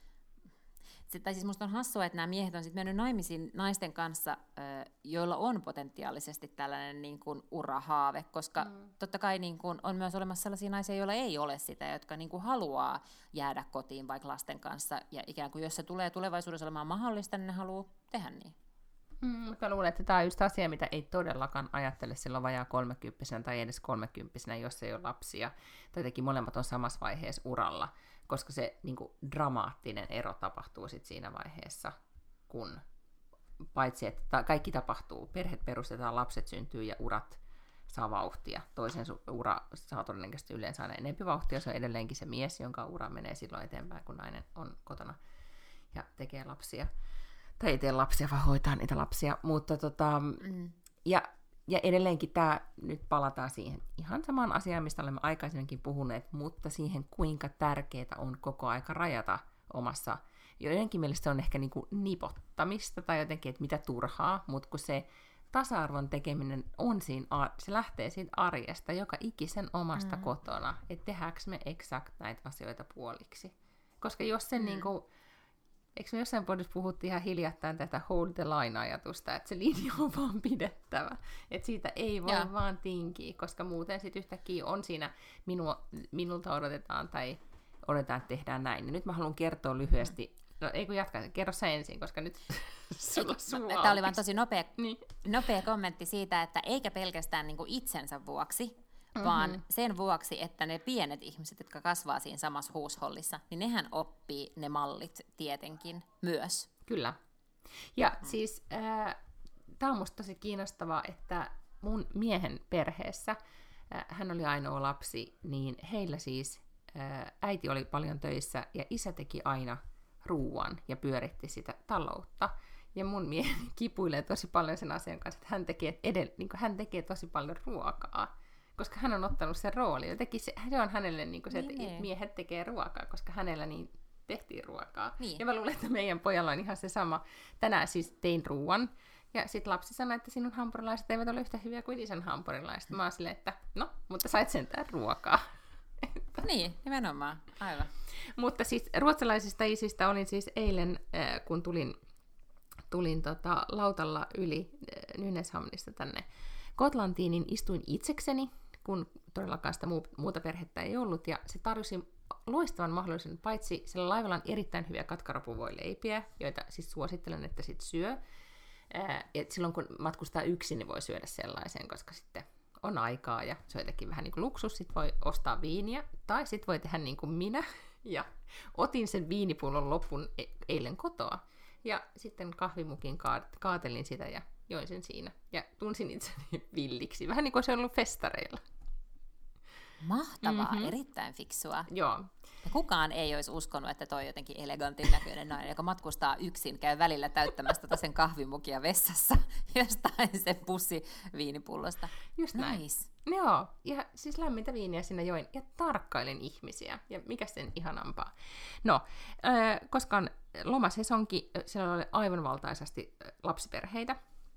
Speaker 1: tai siis musta on hassua, että nämä miehet on sitten mennyt naimisiin naisten kanssa, joilla on potentiaalisesti tällainen niin kuin urahaave, koska mm. totta kai niin kuin on myös olemassa sellaisia naisia, joilla ei ole sitä, jotka niin kuin haluaa jäädä kotiin vaikka lasten kanssa, ja ikään kuin jos se tulee tulevaisuudessa olemaan mahdollista, niin ne haluaa tehdä niin.
Speaker 2: Mm, mutta mä luulen, että tämä on just asia, mitä ei todellakaan ajattele silloin vajaa kolmekymppisenä tai edes kolmekymppisenä, jos ei ole lapsia. Tai jotenkin molemmat on samassa vaiheessa uralla, koska se niin kuin, dramaattinen ero tapahtuu sit siinä vaiheessa, kun paitsi, että ta- kaikki tapahtuu, perheet perustetaan, lapset syntyy ja urat saa vauhtia. Toisen su- ura saa todennäköisesti yleensä aina enempi vauhtia, se on edelleenkin se mies, jonka ura menee silloin eteenpäin, kun nainen on kotona ja tekee lapsia. Tai ei tee lapsia, vaan hoitaa niitä lapsia. Mutta tota, mm. ja, ja edelleenkin tämä, nyt palataan siihen ihan samaan asiaan, mistä olemme aikaisemminkin puhuneet, mutta siihen, kuinka tärkeää on koko aika rajata omassa, joidenkin mielestä se on ehkä niinku nipottamista tai jotenkin, että mitä turhaa, mutta kun se tasa-arvon tekeminen on siinä, se lähtee siitä arjesta, joka ikisen omasta mm. kotona, että tehdäänkö me eksakt näitä asioita puoliksi. Koska jos se mm. niinku, eikö me jossain podissa puhuttiin ihan hiljattain tätä hold the line-ajatusta, että se linja on vaan pidettävä, että siitä ei voi ja. vaan tinkiä, koska muuten sitten yhtäkkiä on siinä, minua, minulta odotetaan tai odotetaan, että tehdään näin. Ja nyt mä haluan kertoa lyhyesti, no ei kun jatka, kerro sä ensin, koska nyt sulla suu
Speaker 1: Tämä oli vaan tosi nopea,
Speaker 2: niin.
Speaker 1: nopea kommentti siitä, että eikä pelkästään niinku itsensä vuoksi, mm-hmm. vaan sen vuoksi, että ne pienet ihmiset, jotka kasvaa siinä samassa huushollissa, niin nehän oppii ne mallit tietenkin myös.
Speaker 2: Kyllä. Ja mm. siis äh, tämä on musta tosi kiinnostavaa, että mun miehen perheessä, äh, hän oli ainoa lapsi, niin heillä siis äh, äiti oli paljon töissä ja isä teki aina ruuan ja pyöritti sitä taloutta. Ja mun mieheni kipuilee tosi paljon sen asian kanssa, että hän tekee, edell- niin hän tekee tosi paljon ruokaa, koska hän on ottanut sen roolin. Jotenkin se, se on hänelle niin kuin se, että niin, miehet tekee ruokaa, koska hänellä niin tehtiin ruokaa. Niin. Ja mä luulen, että meidän pojalla on ihan se sama. Tänään siis tein ruuan, ja sitten lapsi sanoi, että sinun hampurilaiset eivät ole yhtä hyviä kuin isän hampurilaiset. Mä oon silleen, että no, mutta sait sentään ruokaa.
Speaker 1: Niin, nimenomaan, aivan.
Speaker 2: Mutta siis ruotsalaisista isistä olin siis eilen, kun tulin, tulin tota, lautalla yli Nynäshamnista tänne Gotlantiin, niin istuin itsekseni, kun todellakaan sitä muuta perhettä ei ollut, ja se tarjosi loistavan mahdollisuuden, paitsi sillä laivalla on erittäin hyviä katkarapuvoileipiä, joita siis suosittelen, että sit syö. Et silloin kun matkustaa yksin, niin voi syödä sellaisen, koska sitten on aikaa ja se on jotenkin vähän niin kuin luksus, sit voi ostaa viiniä, tai sit voi tehdä niin kuin minä, ja otin sen viinipullon lopun e- eilen kotoa, ja sitten kahvimukin ka- kaatelin sitä ja join sen siinä, ja tunsin itseni villiksi, vähän niin kuin se on ollut festareilla.
Speaker 1: Mahtavaa, mm-hmm. erittäin fiksua.
Speaker 2: Joo.
Speaker 1: Ja kukaan ei olisi uskonut, että toi jotenkin elegantin näköinen nainen, joka matkustaa yksin, käy välillä täyttämässä tota sen kahvimukia vessassa jostain sen pussi viinipullosta.
Speaker 2: Just näin.
Speaker 1: Nice.
Speaker 2: Joo, ja siis lämmintä viiniä siinä join ja tarkkailin ihmisiä. Ja mikä sen ihanampaa. No, äh, koska on lomasesonki, siellä oli aivan valtaisasti lapsiperheitä.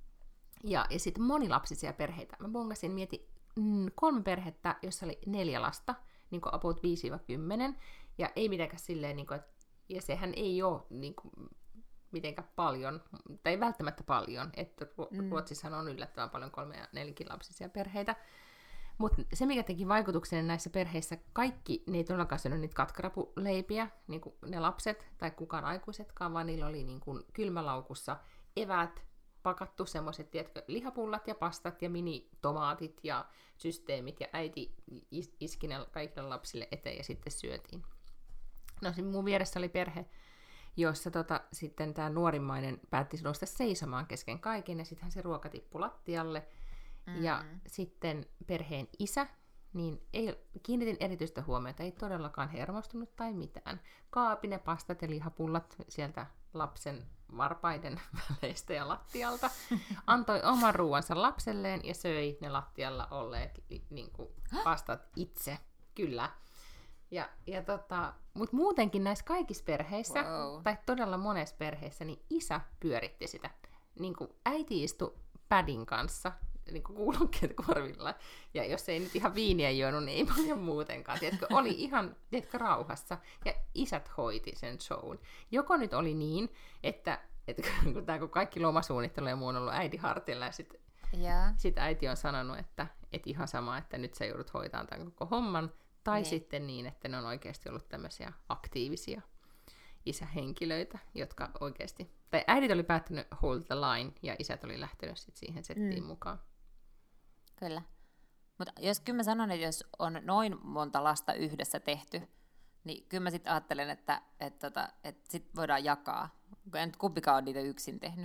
Speaker 2: Ja, ja sitten monilapsisia perheitä. Mä bongasin, mietin mm, kolme perhettä, jossa oli neljä lasta, niin kuin about viisi kymmenen, ja ei mitenkään silleen, niin kuin, että, ja sehän ei ole niin kuin, mitenkään paljon, tai välttämättä paljon, että mm. Ruotsissahan on yllättävän paljon kolme- ja nelikin lapsisia perheitä, mutta se, mikä teki vaikutuksen näissä perheissä, kaikki, ne ei todellakaan syönyt niitä katkarapuleipiä, niin kuin ne lapset, tai kukaan aikuisetkaan, vaan niillä oli niin kuin kylmälaukussa eväät, pakattu semmoiset, tiedätkö, lihapullat ja pastat ja minitomaatit ja systeemit, ja äiti is- iski ne kaikille lapsille eteen ja sitten syötiin. No siinä mun vieressä oli perhe, jossa tota, sitten tämä nuorimmainen päätti nousta seisomaan kesken kaiken, ja sittenhän se ruoka tippui lattialle. Mm-hmm. Ja sitten perheen isä, niin ei, kiinnitin erityistä huomiota, ei todellakaan hermostunut tai mitään. Kaapi ne pastat ja lihapullat sieltä lapsen varpaiden väleistä ja lattialta, antoi oman ruuansa lapselleen ja söi ne lattialla olleet niin kuin pastat itse, kyllä. Ja, ja tota, mutta muutenkin näissä kaikissa perheissä, wow. tai todella monessa perheessä, niin isä pyöritti sitä. Niin kuin äiti istui pädin kanssa, niin kuin kuulokkeet korvilla, ja jos ei nyt ihan viiniä juonut, niin ei paljon muutenkaan. Tiedätkö, oli ihan tiedätkö, rauhassa, ja isät hoiti sen shown. Joko nyt oli niin, että, että kun, tämä, kun kaikki lomasuunnittelu ja muu on ollut äidin hartilla, ja sitten yeah. sit äiti on sanonut, että et ihan sama, että nyt sä joudut hoitamaan tämän koko homman, tai ne. Sitten niin, että ne on oikeasti ollut tämmöisiä aktiivisia. isähenkilöitä, jotka oikeasti, tai äidit oli päättänyt hold the line, ja isät oli lähtenyt sit siihen settiin mm. mukaan.
Speaker 1: Kyllä. Mutta jos kyllä mä sanon, että jos on noin monta lasta yhdessä tehty, niin kyllä mä sitten ajattelen, että, että, että, että sit voidaan jakaa. En nyt kumpikaan ole niitä yksin tehnyt.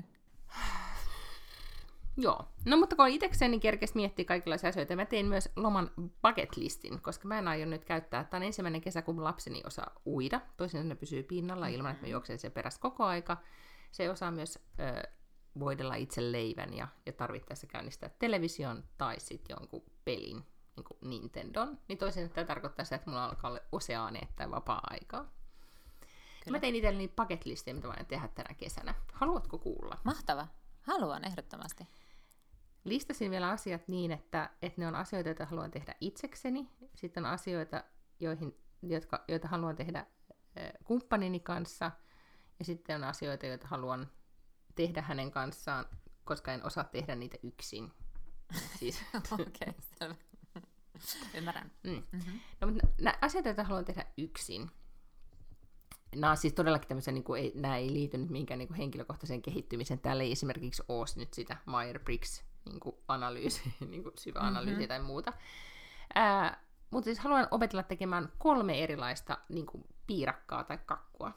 Speaker 2: Joo. No mutta kun itsekseni niin kerkesi miettiä kaikenlaisia asioita, mä tein myös loman bucket listin, koska mä en aio nyt käyttää. Tämä on ensimmäinen kesä, kun lapseni osaa uida. Toisin ne pysyy pinnalla ilman, että mä juoksen sen perässä koko aika. Se osaa myös ö, voidella itse leivän ja, ja tarvittaessa käynnistää television tai sitten jonkun pelin, niin kuin Nintendon. Niin toisin tämä tarkoittaa sitä, että mulla alkaa olla oseaaneet tai vapaa-aikaa. Mä tein itselleni bucket listia, mitä mä voin tehdä tänä kesänä. Haluatko kuulla?
Speaker 1: Mahtava. Haluan ehdottomasti.
Speaker 2: Listasin vielä asiat niin, että, että ne on asioita, joita haluan tehdä itsekseni. Sitten on asioita, joihin, jotka, joita haluan tehdä äh, kumppanini kanssa. Ja sitten on asioita, joita haluan tehdä hänen kanssaan, koska en osaa tehdä niitä yksin. Siis.
Speaker 1: Okei, okay, selvä. Ymmärrän.
Speaker 2: Mm. Mm-hmm. No, mutta nämä asioita, joita haluan tehdä yksin, nämä on siis todellakin tämmöisiä, niin kuin ei, nämä ei liity nyt mihinkään niin kuin henkilökohtaiseen kehittymiseen. Täällä ei esimerkiksi ole nyt sitä Myers-Briggs niin kuin analyysi, niin kuin syvä analyysi mm-hmm. tai muuta. Ää, mutta siis haluan opetella tekemään kolme erilaista niin kuin piirakkaa tai kakkua.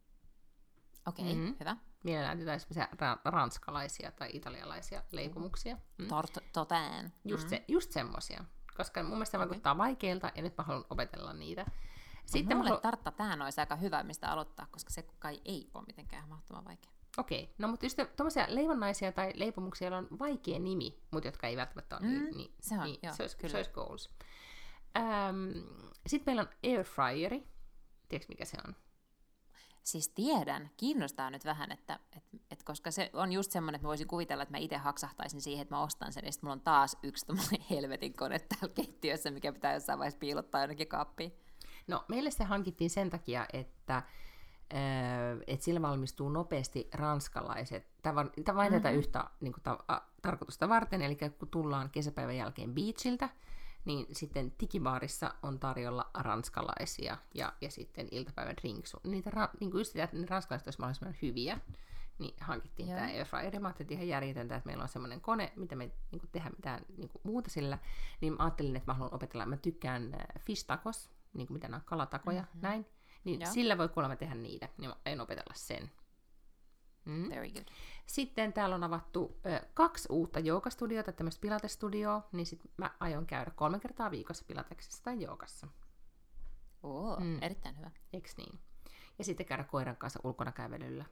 Speaker 1: Okei, okay, mm-hmm. hyvä.
Speaker 2: Mielellään jotain ra- ranskalaisia tai italialaisia leipomuksia. Mm.
Speaker 1: Toteen.
Speaker 2: Just, se, just semmosia. Koska mun mielestä okay. vaikuttaa vaikeilta ja nyt mä haluan opetella niitä.
Speaker 1: Sitten mulle halu... tartta tähän olisi aika hyvä, mistä aloittaa, koska se kai ei ole mitenkään mahdottoman vaikea.
Speaker 2: Okei, okay. No mutta just tommosia leivonnaisia tai leipomuksia, joilla on vaikea nimi, mutta jotka ei välttämättä ole, mm, niin,
Speaker 1: se, on,
Speaker 2: niin
Speaker 1: joo,
Speaker 2: se, olisi, se olisi goals. Ähm, Sitten meillä on airfryeri. Tiedätkö mikä se on?
Speaker 1: Siis tiedän, kiinnostaa nyt vähän, että, että, että koska se on just semmoinen, että mä voisin kuvitella, että mä itse haksahtaisin siihen, että mä ostan sen, ja sitten mulla on taas yksi tommoinen helvetin kone täällä keittiössä, mikä pitää jossain vaiheessa piilottaa jonnekin kaappiin.
Speaker 2: No, meille se hankittiin sen takia, että, että sillä valmistuu nopeasti ranskalaiset, tämä vain mm-hmm. tätä yhtä niin kuin, ta, a, tarkoitusta varten, eli kun tullaan kesäpäivän jälkeen beachiltä, niin sitten Tikibaarissa on tarjolla ranskalaisia ja, ja sitten iltapäivän drinksu. Niitä ra, niin kuin just sitä, että ne ranskalaiset olisivat mahdollisimman hyviä, niin hankittiin Joo. tämä airfryer. Mä ajattelin ihan järjetöntä, että meillä on semmoinen kone, mitä me niin kuin tehdään mitään niin kuin muuta sillä, niin mä ajattelin, että mä haluan opetella. Mä tykkään fish tacos, niin kuin mitä nämä kalatakoja, mm-hmm. näin. Niin Joo. sillä voi kuulemma tehdä niitä, niin mä en opetella sen. Mm.
Speaker 1: Very good.
Speaker 2: Sitten täällä on avattu ö, kaksi uutta joogastudiota, tämmöistä pilatesstudioa, niin sit mä aion käydä kolme kertaa viikossa pilateksessa tai joogassa.
Speaker 1: Oo, mm. erittäin hyvä.
Speaker 2: Eiks niin? Ja sitten käydä koiran kanssa ulkona kävelyllä.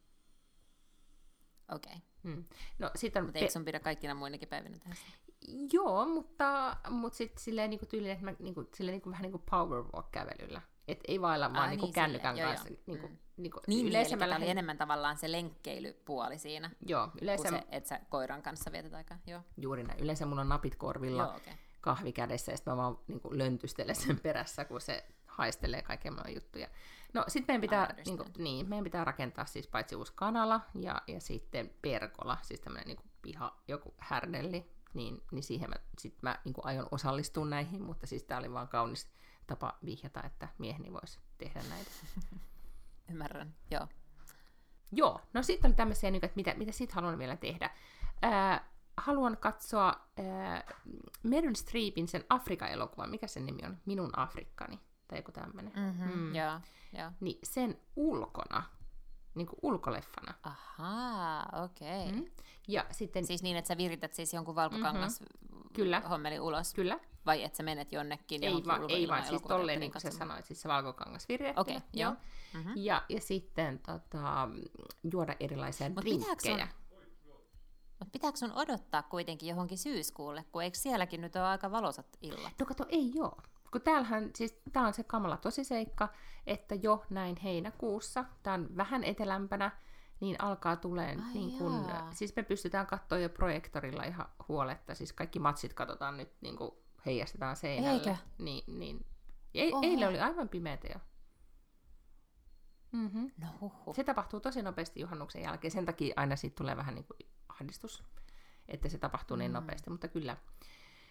Speaker 1: Okei. Okay.
Speaker 2: Mm. No, sitten
Speaker 1: mutta eikö sun pidä kaikkina muinakin päivinä tehdä?
Speaker 2: Joo, mutta, mutta sitten silleen niin tyylinen, että mä niin kuin, silleen, niin kuin, vähän niin kuin power walk kävelyllä. Että ei vailla vaan ah, niin, niin kännykän
Speaker 1: silleen,
Speaker 2: kanssa.
Speaker 1: Joo, joo.
Speaker 2: Niin, kuin,
Speaker 1: mm.
Speaker 2: niin, kuin,
Speaker 1: niin
Speaker 2: yleensä
Speaker 1: eli
Speaker 2: lähden...
Speaker 1: oli enemmän tavallaan se lenkkeilypuoli siinä.
Speaker 2: Joo, yleensä...
Speaker 1: Kuin se, että sä koiran kanssa vietät aikaa. Joo.
Speaker 2: Juuri näin. Yleensä mulla on napit korvilla,
Speaker 1: joo, okay.
Speaker 2: kahvi kädessä, ja sitten mä vaan niin kuin, löntystelen sen perässä, kun se haistelee kaikkea mulla juttuja. No sit meidän pitää, niin kuin, niin, meidän pitää rakentaa siis paitsi uusi kanala ja, ja sitten pergola, siis tämmöinen niin kuin piha, joku härdelli, niin, niin siihen mä, sit mä niin kuin aion osallistua näihin, mutta siis tää oli vaan kaunis tapa vihjata, että mieheni voisi tehdä näitä.
Speaker 1: Ymmärrän, joo.
Speaker 2: Joo, no sitten oli tämmöisiä, että mitä, mitä sit haluan vielä tehdä. Ää, haluan katsoa ää, Meryl Streepin sen Afrika-elokuvan, mikä sen nimi on? Minun Afrikkani. Tai joku tämmönen.
Speaker 1: Mm-hmm, mm. Joo, joo.
Speaker 2: Niin sen ulkona, niin kuin ulkoleffana.
Speaker 1: Ahaa, okei. Okay.
Speaker 2: Mm. Ja sitten...
Speaker 1: Siis niin, että sä virität siis jonkun valkokangas mm-hmm. hommeli ulos?
Speaker 2: Kyllä.
Speaker 1: Vai että sä menet jonnekin
Speaker 2: ei
Speaker 1: johonkin
Speaker 2: va- Ei vaan, siis tolleen niin kuin sä sanoit, siis se valkokangas viritettiin.
Speaker 1: Okei, okay, joo.
Speaker 2: Mm-hmm. Ja, ja sitten tota, juoda erilaisia Mut drinkkejä.
Speaker 1: Mutta pitääkö sun odottaa kuitenkin johonkin syyskuulle, kun eikö sielläkin nyt ole aika valoisat illat?
Speaker 2: No kato, ei joo. Kun täällähän, siis tää on se kamala tosiseikka, että jo näin heinäkuussa, tää on vähän etelämpänä, niin alkaa tulee, niin kun, siis me pystytään katsoa jo projektorilla ihan huoletta, siis kaikki matsit katsotaan nyt, niin kuin heijastetaan seinälle.
Speaker 1: Eikö?
Speaker 2: Niin, niin. E- eilen oli aivan pimeätä jo. Mm-hmm.
Speaker 1: No, huhu.
Speaker 2: Se tapahtuu tosi nopeasti juhannuksen jälkeen, sen takia aina siitä tulee vähän niin kuin ahdistus, että se tapahtuu niin mm. nopeasti, mutta kyllä.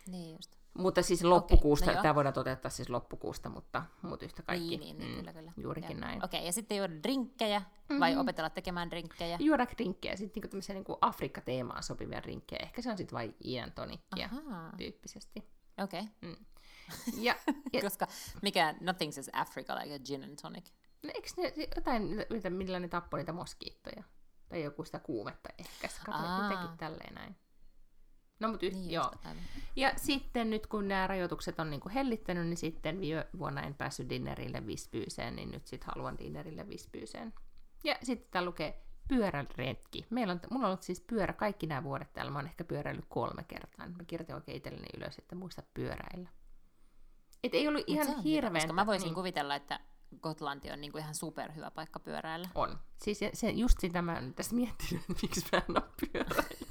Speaker 1: Niin just.
Speaker 2: Mutta siis loppukuusta,
Speaker 1: okay, no
Speaker 2: tämä voidaan toteuttaa siis loppukuusta, mutta, mutta yhtä kaikki.
Speaker 1: Niin, niin, niin mm, kyllä, kyllä.
Speaker 2: Juurikin ja. näin.
Speaker 1: Okei, okay, ja sitten juoda drinkkejä, mm-hmm. vai opetella tekemään drinkkejä?
Speaker 2: Juoda drinkkejä, sitten niinku tämmöisiä niinku Afrikka-teemaan sopivia drinkkejä. Ehkä se on sitten vain gin tonickia tyyppisesti.
Speaker 1: Okei. Okay.
Speaker 2: Mm. Ja, ja,
Speaker 1: koska mikä, nothing says Africa like a gin and tonic.
Speaker 2: No eikö ne jotain, millä ne tappoi niitä moskiittoja? Tai joku sitä kuumetta ehkä. Katsoin, että teki tälleen näin. No mut yht, niin joo. Ja sitten nyt kun nämä rajoitukset on niinku hellittänyt, niin sitten viime vuonna en päässyt dinnerille Visbyyseen, niin nyt sitten haluan dinnerille Visbyyseen. Ja sitten täällä lukee pyöräretki. Meillä on, mulla on ollut siis pyörä kaikki nämä vuodet täällä. Mä oon ehkä pyöräillyt kolme kertaa. Mä kirjoitin oikein itselleni ylös, että muista pyöräillä. Et ei ollut ihan hirveän...
Speaker 1: Koska mä voisin niin. kuvitella, että Gotlanti on niinku ihan superhyvä paikka pyöräillä.
Speaker 2: On. Siis se, just sitä mä oon tässä miettinyt, että miksi mä en ole pyöräillä.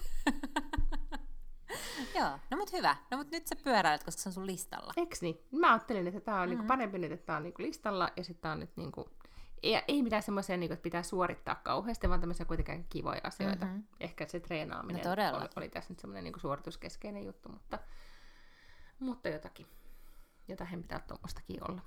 Speaker 1: Joo, no mut hyvä. No mut nyt sä pyöräilet, koska se on sun listalla.
Speaker 2: Eiks niin? Mä ajattelin, että tää on mm-hmm. niinku parempi nyt, että tää on niinku listalla, ja sitten tää on nyt niinku... Ei, ei mitään semmoisia, niinku, että pitää suorittaa kauheasti, vaan tämmöisiä kuitenkin kivoja asioita. Mm-hmm. Ehkä se treenaaminen
Speaker 1: no
Speaker 2: oli, oli tässä nyt semmoinen niinku suorituskeskeinen juttu, mutta, mutta jotakin. Jotain pitää tuommoistakin olla.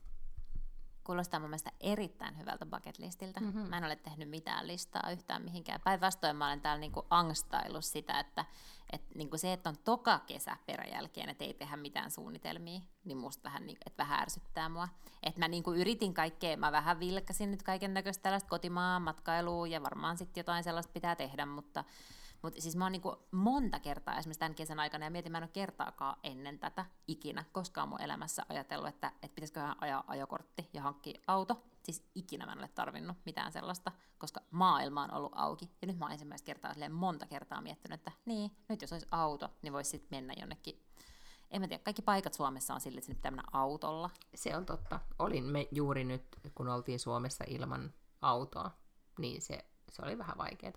Speaker 1: Kuulostaa mun mielestä erittäin hyvältä bucket listiltä.
Speaker 2: Mm-hmm.
Speaker 1: Mä en ole tehnyt mitään listaa yhtään mihinkään. Päinvastoin mä olen täällä niinku angstaillut sitä, että et niinku se, että on toka kesä peräjälkeen, että ei tehdä mitään suunnitelmia, niin musta vähän, niinku, että vähän ärsyttää mua. Että mä niinku yritin kaikkea, mä vähän vilkkasin nyt kaiken näköistä tällaista kotimaan matkailua ja varmaan sitten jotain sellaista pitää tehdä, mutta Mutta siis mä oon niinku monta kertaa esimerkiksi tämän kesän aikana, ja mietin, mä en ole kertaakaan ennen tätä ikinä koskaan mun elämässä ajatellut, että, että pitäisiköhän ajaa ajokortti ja hankkia auto. Siis ikinä mä en ole tarvinnut mitään sellaista, koska maailma on ollut auki. Ja nyt mä oon ensimmäistä kertaa monta kertaa miettinyt, että niin, nyt jos olisi auto, niin voisi sitten mennä jonnekin. En mä tiedä, kaikki paikat Suomessa on sille, että sinne pitää mennä autolla.
Speaker 2: Se on totta. Olin me juuri nyt, kun oltiin Suomessa ilman autoa, niin se, se oli vähän vaikeaa.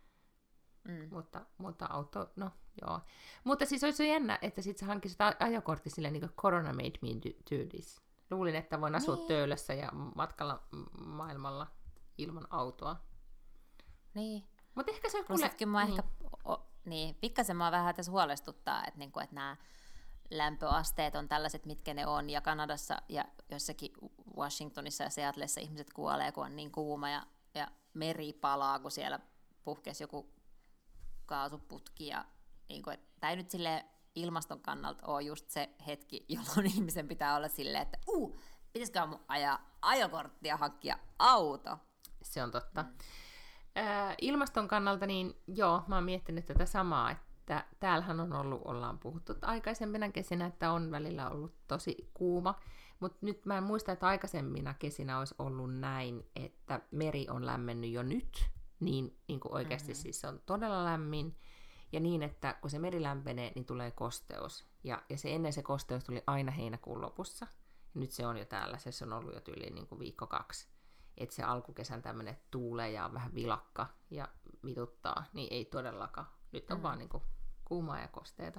Speaker 2: Mm. Mutta, mutta auto, no joo. Mutta siis olisi jännä, että sit sä hankisit ajokortti silleen niin kuin Corona made me do this. Luulin, että voin asua niin. Töölössä ja matkalla maailmalla ilman autoa.
Speaker 1: Niin.
Speaker 2: Mutta ehkä se on
Speaker 1: kuule... Mua niin. Ehkä, o, niin, pikkasen mua vähän tässä huolestuttaa, että, niinku, että nämä lämpöasteet on tällaiset, mitkä ne on, ja Kanadassa ja jossakin Washingtonissa ja Seattleissa ihmiset kuolee, kun on niin kuuma, ja, ja meri palaa, kun siellä puhkesi joku kaasuputki, ja niin kuin, tämä ei nyt silleen ilmaston kannalta ole just se hetki, jolloin ihmisen pitää olla silleen, että uh, pitäisikö mun ajaa ajokorttia ja hankkia auto?
Speaker 2: Se on totta. Mm. Äh, ilmaston kannalta, niin joo, mä oon miettinyt tätä samaa, että täällähän on ollut, ollaan puhuttu aikaisempina kesinä, että on välillä ollut tosi kuuma, mutta nyt mä en muista, että aikaisempina kesinä olisi ollut näin, että meri on lämmennyt jo nyt, niin, niin kuin oikeasti mm-hmm. siis se on todella lämmin, ja niin, että kun se meri lämpenee, niin tulee kosteus. Ja, ja se ennen se kosteus tuli aina heinäkuun lopussa. Ja nyt se on jo täällä, se on ollut jo tyyliin niin kuin viikko kaksi. Että se alkukesän tämmöinen tuulee ja vähän vilakka ja vituttaa, niin ei todellakaan. Nyt on mm-hmm. vaan niin kuin kuumaa ja kosteita.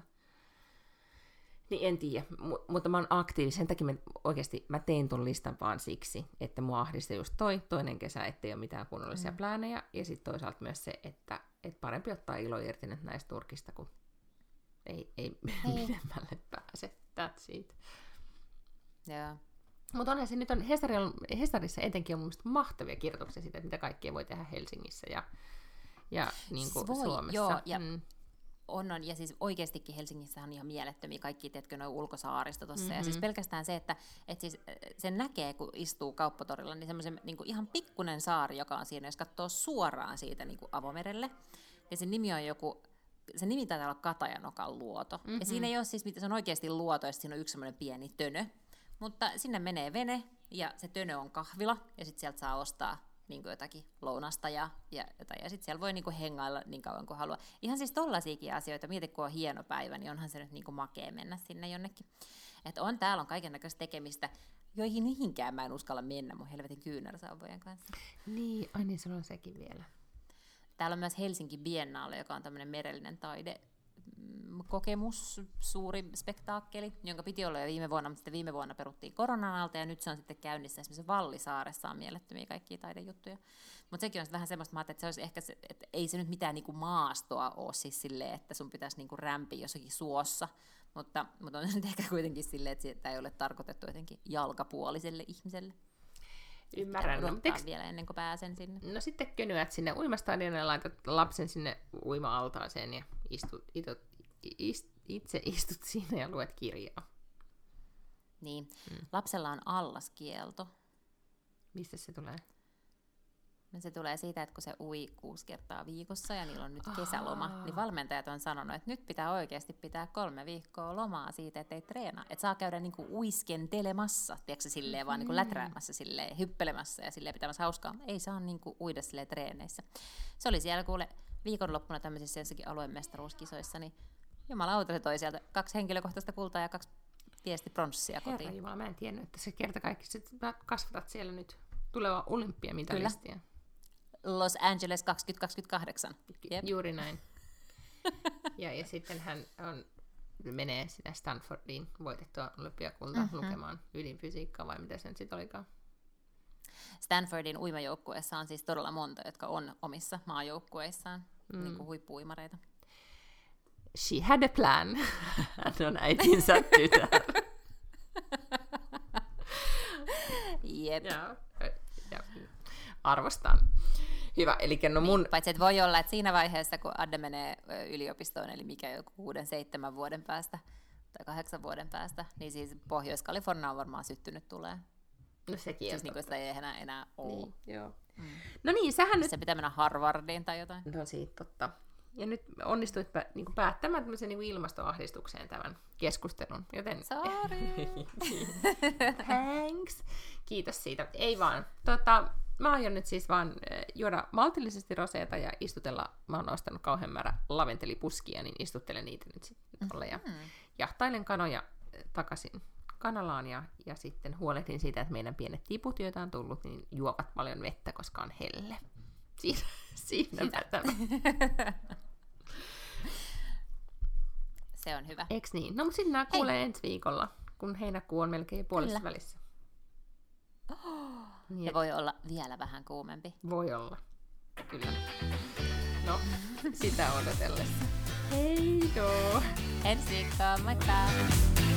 Speaker 2: Niin en tiedä, M- mutta mä oon aktiivinen. Sen takia mä, oikeasti mä tein ton listan vaan siksi, että mua ahdisti just toi toinen kesä, ettei ole mitään kunnollisia mm. pläänejä. Ja sitten toisaalta myös se, että et parempi ottaa ilo irti nyt näistä Turkista, kun ei, ei pidemmälle pääse. That's it.
Speaker 1: Yeah.
Speaker 2: Mutta onhan se nyt on, Hesarissa etenkin on mun mielestä mahtavia kirjoituksia siitä, että mitä kaikkea voi tehdä Helsingissä ja, ja niin kuin
Speaker 1: voi,
Speaker 2: Suomessa.
Speaker 1: Joo, ja mm. On, on, ja siis oikeastikin Helsingissä on ihan mielettömiä kaikki, tiedätkö, nuo ulkosaaristo tuossa, mm-hmm. ja siis pelkästään se, että, että siis sen näkee, kun istuu kauppatorilla, niin semmoisen niin kuin ihan pikkunen saari, joka on siinä, jos katsoo suoraan siitä niin kuin avomerelle, ja sen nimi on joku, se nimi taitaa olla Katajanokan luoto, mm-hmm. ja siinä ei ole siis, se on oikeasti luoto, ja siinä on yksi semmoinen pieni tönö, mutta sinne menee vene, ja se tönö on kahvila, ja sitten sieltä saa ostaa niin kuin jotakin lounasta ja, ja, ja sitten siellä voi niin kuin hengailla niin kauan kuin haluaa. Ihan siis tollaisiakin asioita, mieti kun on hieno päivä, niin onhan se nyt niin kuin makea mennä sinne jonnekin. Että on, täällä on kaikennäköistä tekemistä, joihin mihinkään mä en uskalla mennä mun helvetin kyynärsauvojen kanssa.
Speaker 2: Niin, ai niin, sulla on sekin vielä.
Speaker 1: Täällä on myös Helsinki Biennaale, joka on tämmöinen merellinen taide kokemus, suuri spektaakkeli, jonka piti olla jo viime vuonna, mutta sitten viime vuonna peruttiin koronan alta, ja nyt se on sitten käynnissä esimerkiksi Vallisaaressa on mielettömiä kaikkia taidejuttuja. Mutta sekin on vähän semmoista, että se olisi ehkä se, että ei se nyt mitään niinku maastoa ole siis silleen, että sun pitäisi niinku rämpiä jossakin suossa, mutta, mutta on se nyt ehkä kuitenkin silleen, että sitä ei ole tarkoitettu jotenkin jalkapuoliselle ihmiselle.
Speaker 2: Ymmärrän.
Speaker 1: No, teks... vielä ennen kuin pääsen sinne.
Speaker 2: No sitten könyät sinne uimastadionille ja laitat lapsen sinne uima-altaaseen ja istut, itut, ist, itse istut siinä ja luet kirjaa.
Speaker 1: Niin. Hmm. Lapsella on allaskielto.
Speaker 2: Mistä se tulee?
Speaker 1: No se tulee siitä, että kun se ui kuusi kertaa viikossa ja niillä on nyt kesäloma, Aa. niin valmentajat on sanonut, että nyt pitää oikeasti pitää kolme viikkoa lomaa siitä, että ei treenaa. Että saa käydä niinku uiskentelemassa, tiedätkö silleen, mm. vaan niinku läträämässä, silleen, hyppelemässä ja silleen pitämässä hauskaa. Ei saa niinku uida silleen treeneissä. Se oli siellä kuule viikonloppuna tämmöisissä jossakin aluemestaruuskisoissa, niin jumalauta se toi sieltä kaksi henkilökohtaista kultaa ja kaksi tiesti pronssia kotiin.
Speaker 2: Herra Jumala, mä en tiennyt, että se kerta kaikki kasvatat siellä nyt tuleva olympiamitalistia.
Speaker 1: Kyllä. Los Angeles kaksituhattakaksikymmentäkahdeksan. Jep.
Speaker 2: Juuri näin. ja, ja sitten hän on, menee sinne Stanfordiin voitettua olympiakultaa mm-hmm. lukemaan ydinfysiikkaa, vai mitä se nyt sitten olikaan?
Speaker 1: Stanfordin uimajoukkueessa on siis todella monta, jotka on omissa maajoukkueissaan, mm. niin kuin huippu-uimareita.
Speaker 2: She had a plan. Hän on äitinsä tytär.
Speaker 1: Jep.
Speaker 2: Ja, ja, arvostan. Hyvä, eli no mun...
Speaker 1: Niin, paitsi että voi olla, että siinä vaiheessa, kun Adde menee yliopistoon, eli mikä joku kuuden, seitsemän vuoden päästä tai kahdeksan vuoden päästä, niin siis Pohjois-Kalifornia on varmaan syttynyt tulee.
Speaker 2: No sekin
Speaker 1: siis niin kuin sitä ei enää, enää ole.
Speaker 2: Niin, joo. Mm. No niin, sähän nyt...
Speaker 1: Se pitää mennä Harvardiin tai jotain.
Speaker 2: No siitä totta. Ja nyt onnistuit niin päättämään tämmöisen niin ilmastoahdistukseen tämän keskustelun, joten...
Speaker 1: Sorry!
Speaker 2: Thanks! Kiitos siitä. Ei vaan. Tota, mä aion nyt siis vaan juoda maltillisesti roseeta ja istutella. Mä oon ostanut kauhean määrä laventelipuskia, niin istuttelen niitä nyt sitten alle ja mm-hmm. jahtailen kanoja takaisin kanalaan ja, ja sitten huolehdin siitä, että meidän pienet tiput, joita on tullut, niin juovat paljon vettä, koska on helle. Siinä, siinäpä tämä.
Speaker 1: Se on hyvä.
Speaker 2: Eiks niin? No, mutta sitten nämä kuulee ensi viikolla, kun heinäkuu on melkein puolessa välissä.
Speaker 1: Oh, niin ja et... voi olla vielä vähän kuumempi.
Speaker 2: Voi olla, kyllä. No, sitä odotellessa. Hei joo!
Speaker 1: Ensi viikkoon, moikka!